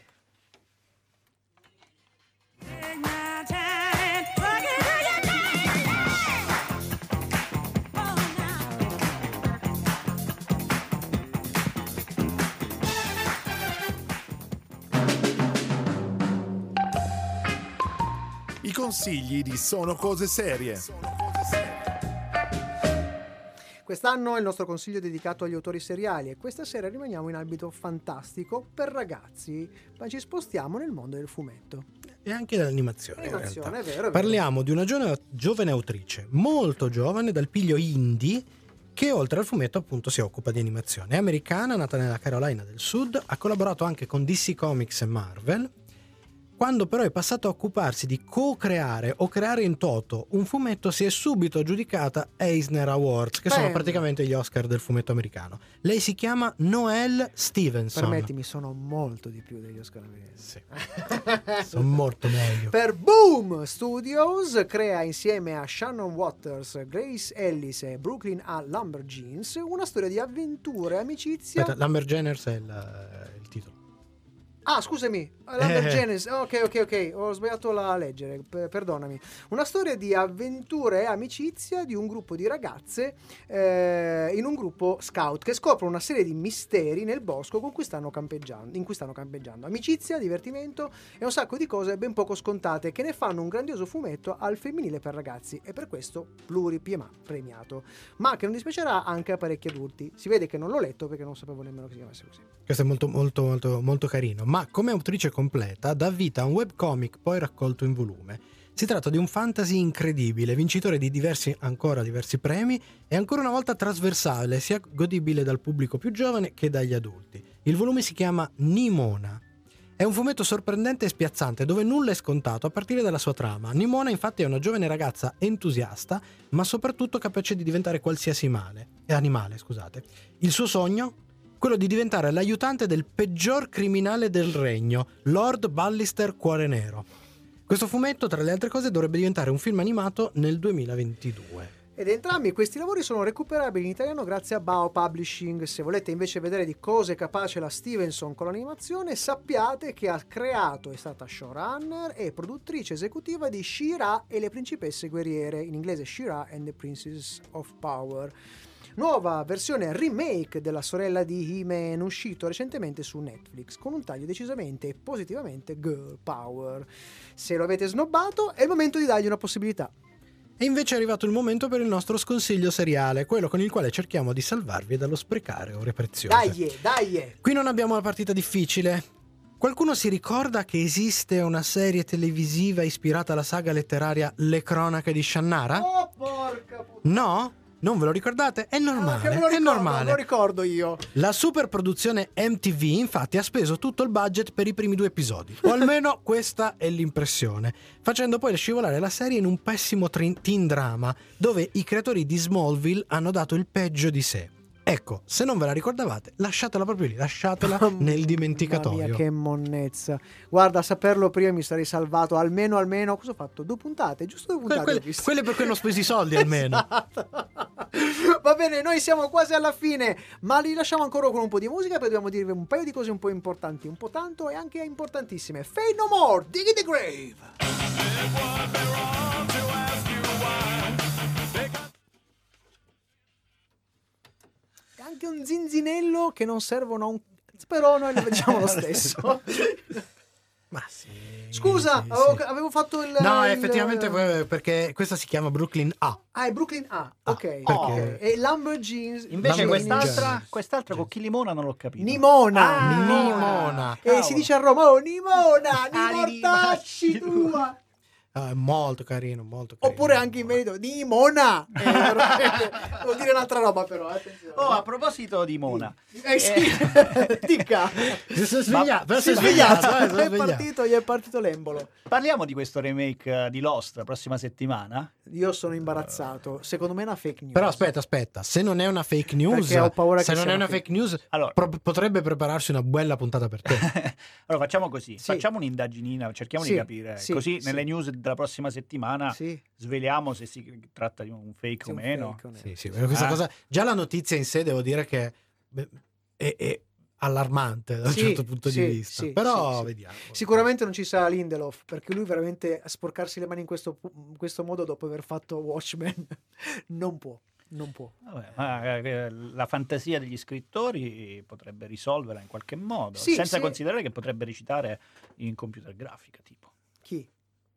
[SPEAKER 4] I consigli di Sono Cose Serie.
[SPEAKER 1] Quest'anno è il nostro consiglio dedicato agli autori seriali e questa sera rimaniamo in ambito fantastico per ragazzi, ma ci spostiamo nel mondo del fumetto.
[SPEAKER 2] E anche dell'animazione.
[SPEAKER 1] È vero.
[SPEAKER 2] Parliamo di una giovane autrice, molto giovane, dal piglio indie, che oltre al fumetto appunto si occupa di animazione. È americana, nata nella Carolina del Sud, ha collaborato anche con DC Comics e Marvel. Quando però è passato a occuparsi di co-creare o creare in toto un fumetto, si è subito aggiudicata Eisner Awards, che sono praticamente gli Oscar del fumetto americano. Lei si chiama Noelle Stevenson.
[SPEAKER 1] Permettimi, sono molto di più degli Oscar americani.
[SPEAKER 2] Sì. Sono molto meglio.
[SPEAKER 1] Per Boom Studios crea insieme a Shannon Waters, Grace Ellis e Brooklyn A. Lumberjanes una storia di avventure e amicizia.
[SPEAKER 2] Aspetta, Lumberjanes è il titolo.
[SPEAKER 1] Ah, scusami, Lumberjanes, ok, ho sbagliato a leggere, perdonami. Una storia di avventure e amicizia di un gruppo di ragazze in un gruppo scout che scoprono una serie di misteri nel bosco in cui stanno campeggiando. Amicizia, divertimento e un sacco di cose ben poco scontate che ne fanno un grandioso fumetto al femminile per ragazzi e per questo pluripremiato, ma che non dispiacerà anche a parecchi adulti. Si vede che non l'ho letto perché non sapevo nemmeno che si chiamasse così.
[SPEAKER 2] Questo è molto molto molto molto carino, ma come autrice completa dà vita a un webcomic poi raccolto in volume. Si tratta di un fantasy incredibile, vincitore di diversi premi e ancora una volta trasversale, sia godibile dal pubblico più giovane che dagli adulti. Il volume si chiama Nimona. È un fumetto sorprendente e spiazzante dove nulla è scontato a partire dalla sua trama. Nimona infatti è una giovane ragazza entusiasta, ma soprattutto capace di diventare qualsiasi animale. Il suo sogno? Quello di diventare l'aiutante del peggior criminale del regno, Lord Ballister Cuore Nero. Questo fumetto, tra le altre cose, dovrebbe diventare un film animato nel 2022.
[SPEAKER 1] Ed entrambi questi lavori sono recuperabili in italiano grazie a Bao Publishing. Se volete invece vedere di cosa è capace la Stevenson con l'animazione, sappiate che ha creato, è stata showrunner e produttrice esecutiva di She-Ra e le principesse guerriere, in inglese She-Ra and the Princess of Power. Nuova versione remake della sorella di He-Man uscito recentemente su Netflix, con un taglio decisamente e positivamente girl power. Se lo avete snobbato, è il momento di dargli una possibilità.
[SPEAKER 2] E invece è arrivato il momento per il nostro sconsiglio seriale, quello con il quale cerchiamo di salvarvi dallo sprecare ore preziose.
[SPEAKER 1] Dai!
[SPEAKER 2] Qui non abbiamo la partita difficile. Qualcuno si ricorda che esiste una serie televisiva ispirata alla saga letteraria Le Cronache di Shannara?
[SPEAKER 1] Oh, porca puttana!
[SPEAKER 2] No? Non ve lo ricordate? È normale, è normale.
[SPEAKER 1] Lo ricordo io.
[SPEAKER 2] La superproduzione MTV infatti ha speso tutto il budget per i primi 2 episodi, o almeno questa è l'impressione, facendo poi scivolare la serie in un pessimo teen drama, dove i creatori di Smallville hanno dato il peggio di sé. Ecco, se non ve la ricordavate, lasciatela proprio lì, lasciatela nel dimenticatoio.
[SPEAKER 1] Mamma mia, che monnezza. Guarda, a saperlo prima mi sarei salvato almeno, cosa ho fatto? 2 puntate, giusto 2 puntate.
[SPEAKER 2] Quelle per cui hanno speso i soldi almeno.
[SPEAKER 1] Esatto. Va bene, noi siamo quasi alla fine, ma li lasciamo ancora con un po' di musica perché dobbiamo dirvi un paio di cose un po' importanti, un po' tanto e anche importantissime. Fade No More, Dig in the Grave. Anche un zinzinello che non servono a un... però noi lo vediamo lo stesso.
[SPEAKER 2] Ma sì.
[SPEAKER 1] Scusa,
[SPEAKER 2] sì.
[SPEAKER 1] avevo fatto il...
[SPEAKER 2] No, effettivamente perché questa si chiama Brooklyn A.
[SPEAKER 1] Ah, è Brooklyn A, ok.
[SPEAKER 2] Perché...
[SPEAKER 1] E Lamborghini...
[SPEAKER 3] Invece quest'altra con chi limona non l'ho capito.
[SPEAKER 1] Nimona. E si dice a Roma, oh Nimona, mortacci tua.
[SPEAKER 2] È molto carino.
[SPEAKER 1] Oppure anche in merito di Mona. Vuol dire un'altra roba però, attenzione.
[SPEAKER 3] Oh, a proposito di Mona.
[SPEAKER 1] Sì. Dica.
[SPEAKER 2] Si è svegliato.
[SPEAKER 1] Gli è partito l'embolo.
[SPEAKER 3] Parliamo di questo remake di Lost la prossima settimana?
[SPEAKER 1] Io sono imbarazzato. Secondo me è una fake news.
[SPEAKER 2] Però aspetta. Se non è una fake news,
[SPEAKER 1] perché ho paura
[SPEAKER 2] se
[SPEAKER 1] che
[SPEAKER 2] non è una fake news, allora, potrebbe prepararsi una bella puntata per te.
[SPEAKER 3] Allora facciamo così.
[SPEAKER 1] Sì.
[SPEAKER 3] Facciamo un'indaginina, cerchiamo di capire. Così nelle news della prossima settimana sveliamo se si tratta di un fake o meno.
[SPEAKER 2] Sì, questa cosa, già la notizia in sé devo dire che è allarmante da un certo punto di vista, però vediamo.
[SPEAKER 1] Sicuramente non ci sarà Lindelof, perché lui veramente a sporcarsi le mani in questo modo dopo aver fatto Watchmen non può.
[SPEAKER 3] Vabbè, ma la fantasia degli scrittori potrebbe risolverla in qualche modo, senza considerare che potrebbe recitare in computer grafica, tipo.
[SPEAKER 1] Chi?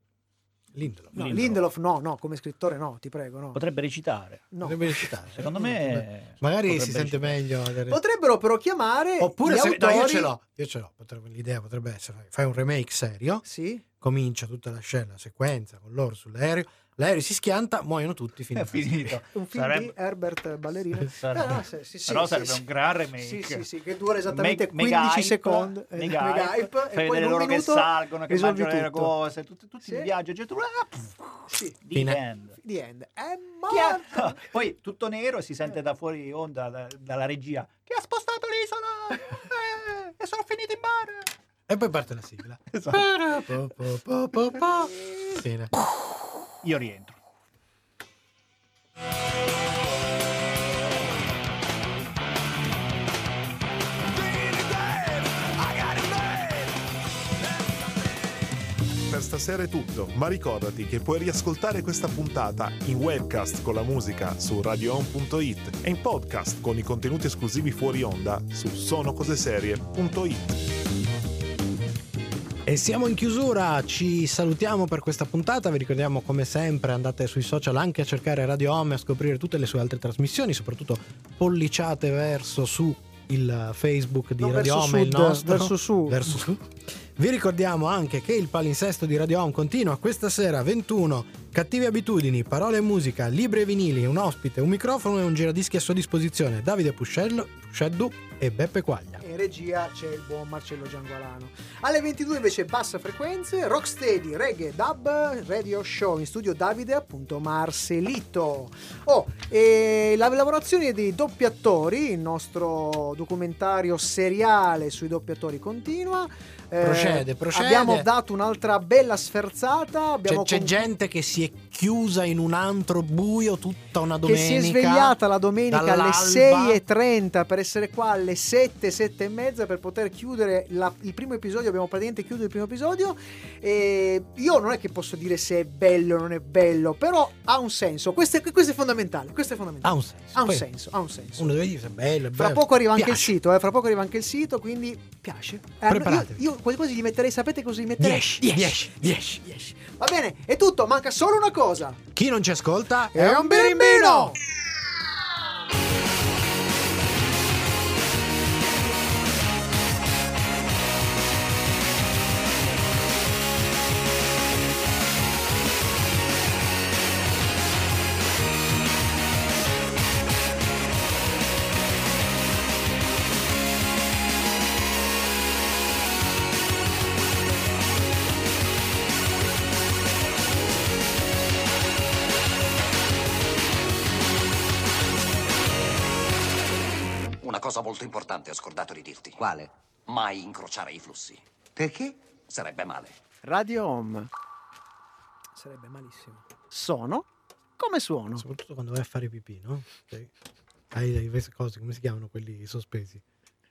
[SPEAKER 2] Lindelof.
[SPEAKER 1] No, come scrittore no, ti prego, no.
[SPEAKER 3] Potrebbe recitare.
[SPEAKER 1] No.
[SPEAKER 2] Potrebbe recitare.
[SPEAKER 3] Secondo me
[SPEAKER 2] magari si sente meglio.
[SPEAKER 1] Potrebbero però chiamare
[SPEAKER 2] oppure
[SPEAKER 1] gli autori...
[SPEAKER 2] io ce l'ho. L'idea potrebbe essere: fai un remake serio.
[SPEAKER 1] Sì.
[SPEAKER 2] Comincia tutta la scena, la sequenza con loro sull'aereo. L'aereo si schianta, muoiono tutti.
[SPEAKER 3] È finito.
[SPEAKER 1] Un film di Herbert Ballerino.
[SPEAKER 3] Però sarebbe un gran remake.
[SPEAKER 1] Sì, che dura esattamente 15 secondi. Mega hype.
[SPEAKER 3] Fai vedere loro che salgono, che mangiano le cose, tutti in viaggio. The end. È morto. Poi tutto nero e si sente da fuori onda dalla regia: chi ha spostato l'isola? E sono finiti in mare.
[SPEAKER 2] E poi parte la sigla. Fine.
[SPEAKER 3] Io rientro.
[SPEAKER 4] Per stasera è tutto, ma ricordati che puoi riascoltare questa puntata in webcast con la musica su radioon.it e in podcast con i contenuti esclusivi fuori onda su sonocoseserie.it.
[SPEAKER 2] E siamo in chiusura, ci salutiamo per questa puntata, vi ricordiamo come sempre andate sui social anche a cercare Radio Home e a scoprire tutte le sue altre trasmissioni, soprattutto polliciate verso su il Facebook di Radio Home, il nostro
[SPEAKER 1] verso su.
[SPEAKER 2] Vi ricordiamo anche che il palinsesto di Radio Home continua questa sera 21, cattive abitudini, parole e musica, libri e vinili, un ospite, un microfono e un giradischi a sua disposizione, Davide Pusceddu e Beppe Quaglia.
[SPEAKER 1] In regia c'è il buon Marcello Giangualano. Alle 22 invece Bassa Frequenze, Rocksteady, Reggae, Dub, Radio Show, in studio Davide appunto Marcelito. E la lavorazione dei doppiatori, il nostro documentario seriale sui doppiatori continua.
[SPEAKER 2] Procede.
[SPEAKER 1] Abbiamo dato un'altra bella sferzata.
[SPEAKER 2] C'è gente che si è chiusa in un antro buio tutta una domenica.
[SPEAKER 1] Che si è svegliata la domenica
[SPEAKER 2] dall'alba.
[SPEAKER 1] alle 6:30 per essere qua alle 7:30 per poter chiudere il primo episodio. Abbiamo praticamente chiuso il primo episodio. E io non è che posso dire se è bello o non è bello, però ha un senso. Questo è fondamentale.
[SPEAKER 2] Ha un
[SPEAKER 1] senso.
[SPEAKER 2] Uno deve dire se è bello.
[SPEAKER 1] Fra poco arriva anche il sito, quindi piace.
[SPEAKER 2] Preparatevi.
[SPEAKER 1] Io quasi gli metterei, sapete cosa gli metterei?
[SPEAKER 2] 10.
[SPEAKER 1] Va bene, è tutto, manca solo una cosa.
[SPEAKER 2] Chi non ci ascolta
[SPEAKER 1] è un birimbino.
[SPEAKER 11] Una cosa molto importante ho scordato di dirti.
[SPEAKER 12] Quale?
[SPEAKER 11] Mai incrociare i flussi.
[SPEAKER 12] Perché?
[SPEAKER 11] Sarebbe male.
[SPEAKER 12] Radio Home.
[SPEAKER 1] Sarebbe malissimo.
[SPEAKER 12] Sono come suono.
[SPEAKER 2] Soprattutto quando vai a fare pipì, no? Hai queste cose, come si chiamano quelli sospesi?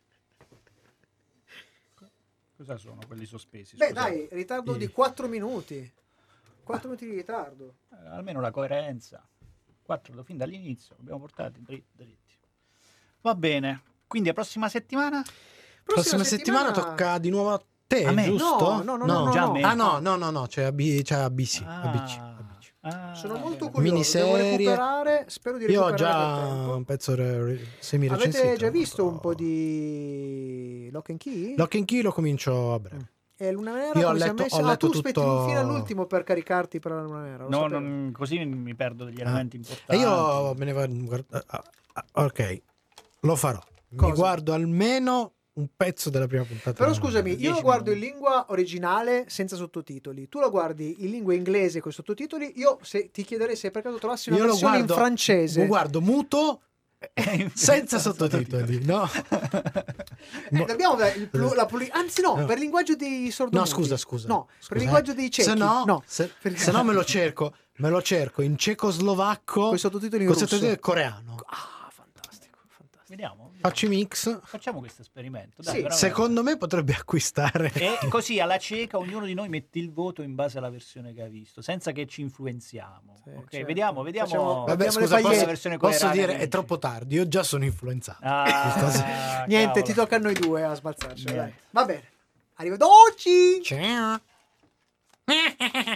[SPEAKER 3] Cosa sono quelli sospesi?
[SPEAKER 1] Beh, dai, ritardo di 4 minuti. 4 minuti di ritardo.
[SPEAKER 3] Almeno la coerenza. 4 fin dall'inizio, abbiamo portati dritti. Va bene, quindi la prossima settimana?
[SPEAKER 2] Prossima settimana tocca di nuovo a te,
[SPEAKER 1] a me?
[SPEAKER 2] giusto?
[SPEAKER 1] No,
[SPEAKER 2] già
[SPEAKER 1] no.
[SPEAKER 2] A me. No, c'è ABC.
[SPEAKER 1] Sono molto curioso, devo
[SPEAKER 2] miniserie.
[SPEAKER 1] recuperare, spero di
[SPEAKER 2] Io ho
[SPEAKER 1] recuperare
[SPEAKER 2] già un pezzo semi-recensito.
[SPEAKER 1] Avete già visto un po' di Lock and Key?
[SPEAKER 2] Lock and Key lo comincio a breve.
[SPEAKER 1] E Luna Nera
[SPEAKER 2] Io ho
[SPEAKER 1] come si è
[SPEAKER 2] letto
[SPEAKER 1] messa? Tu aspetti
[SPEAKER 2] tutto...
[SPEAKER 1] fino all'ultimo per caricarti per la Luna Nera.
[SPEAKER 3] No, così mi perdo degli elementi importanti.
[SPEAKER 2] E io me ne vado... Ok, lo farò.
[SPEAKER 1] Cosa?
[SPEAKER 2] Mi guardo almeno un pezzo della prima puntata.
[SPEAKER 1] Però scusami, io lo guardo in lingua originale senza sottotitoli. Tu lo guardi in lingua inglese con i sottotitoli. Io ti chiederei se per caso trovassi una versione in francese.
[SPEAKER 2] Lo guardo muto senza sottotitoli, no?
[SPEAKER 1] Dobbiamo dare anzi no, per il linguaggio dei sordomuti.
[SPEAKER 2] No, scusa.
[SPEAKER 1] No, per il linguaggio dei ciechi.
[SPEAKER 2] Se no me lo cerco in cecoslovacco
[SPEAKER 1] con i sottotitoli in russo.
[SPEAKER 2] Coreano.
[SPEAKER 1] Fantastico.
[SPEAKER 3] Vediamo.
[SPEAKER 2] Faccio i mix.
[SPEAKER 3] Facciamo questo esperimento. Dai,
[SPEAKER 1] sì.
[SPEAKER 3] veramente.
[SPEAKER 2] Secondo me potrebbe acquistare.
[SPEAKER 3] E così alla cieca ognuno di noi mette il voto in base alla versione che ha visto, senza che ci influenziamo.
[SPEAKER 1] Sì,
[SPEAKER 3] ok,
[SPEAKER 1] certo.
[SPEAKER 3] vediamo.
[SPEAKER 2] Vabbè, scusa, posso dire è troppo tardi. Io già sono influenzato.
[SPEAKER 1] Niente, cavolo. Ti tocca a noi due a sbalzarci. Va bene. Arrivederci.
[SPEAKER 2] Ciao.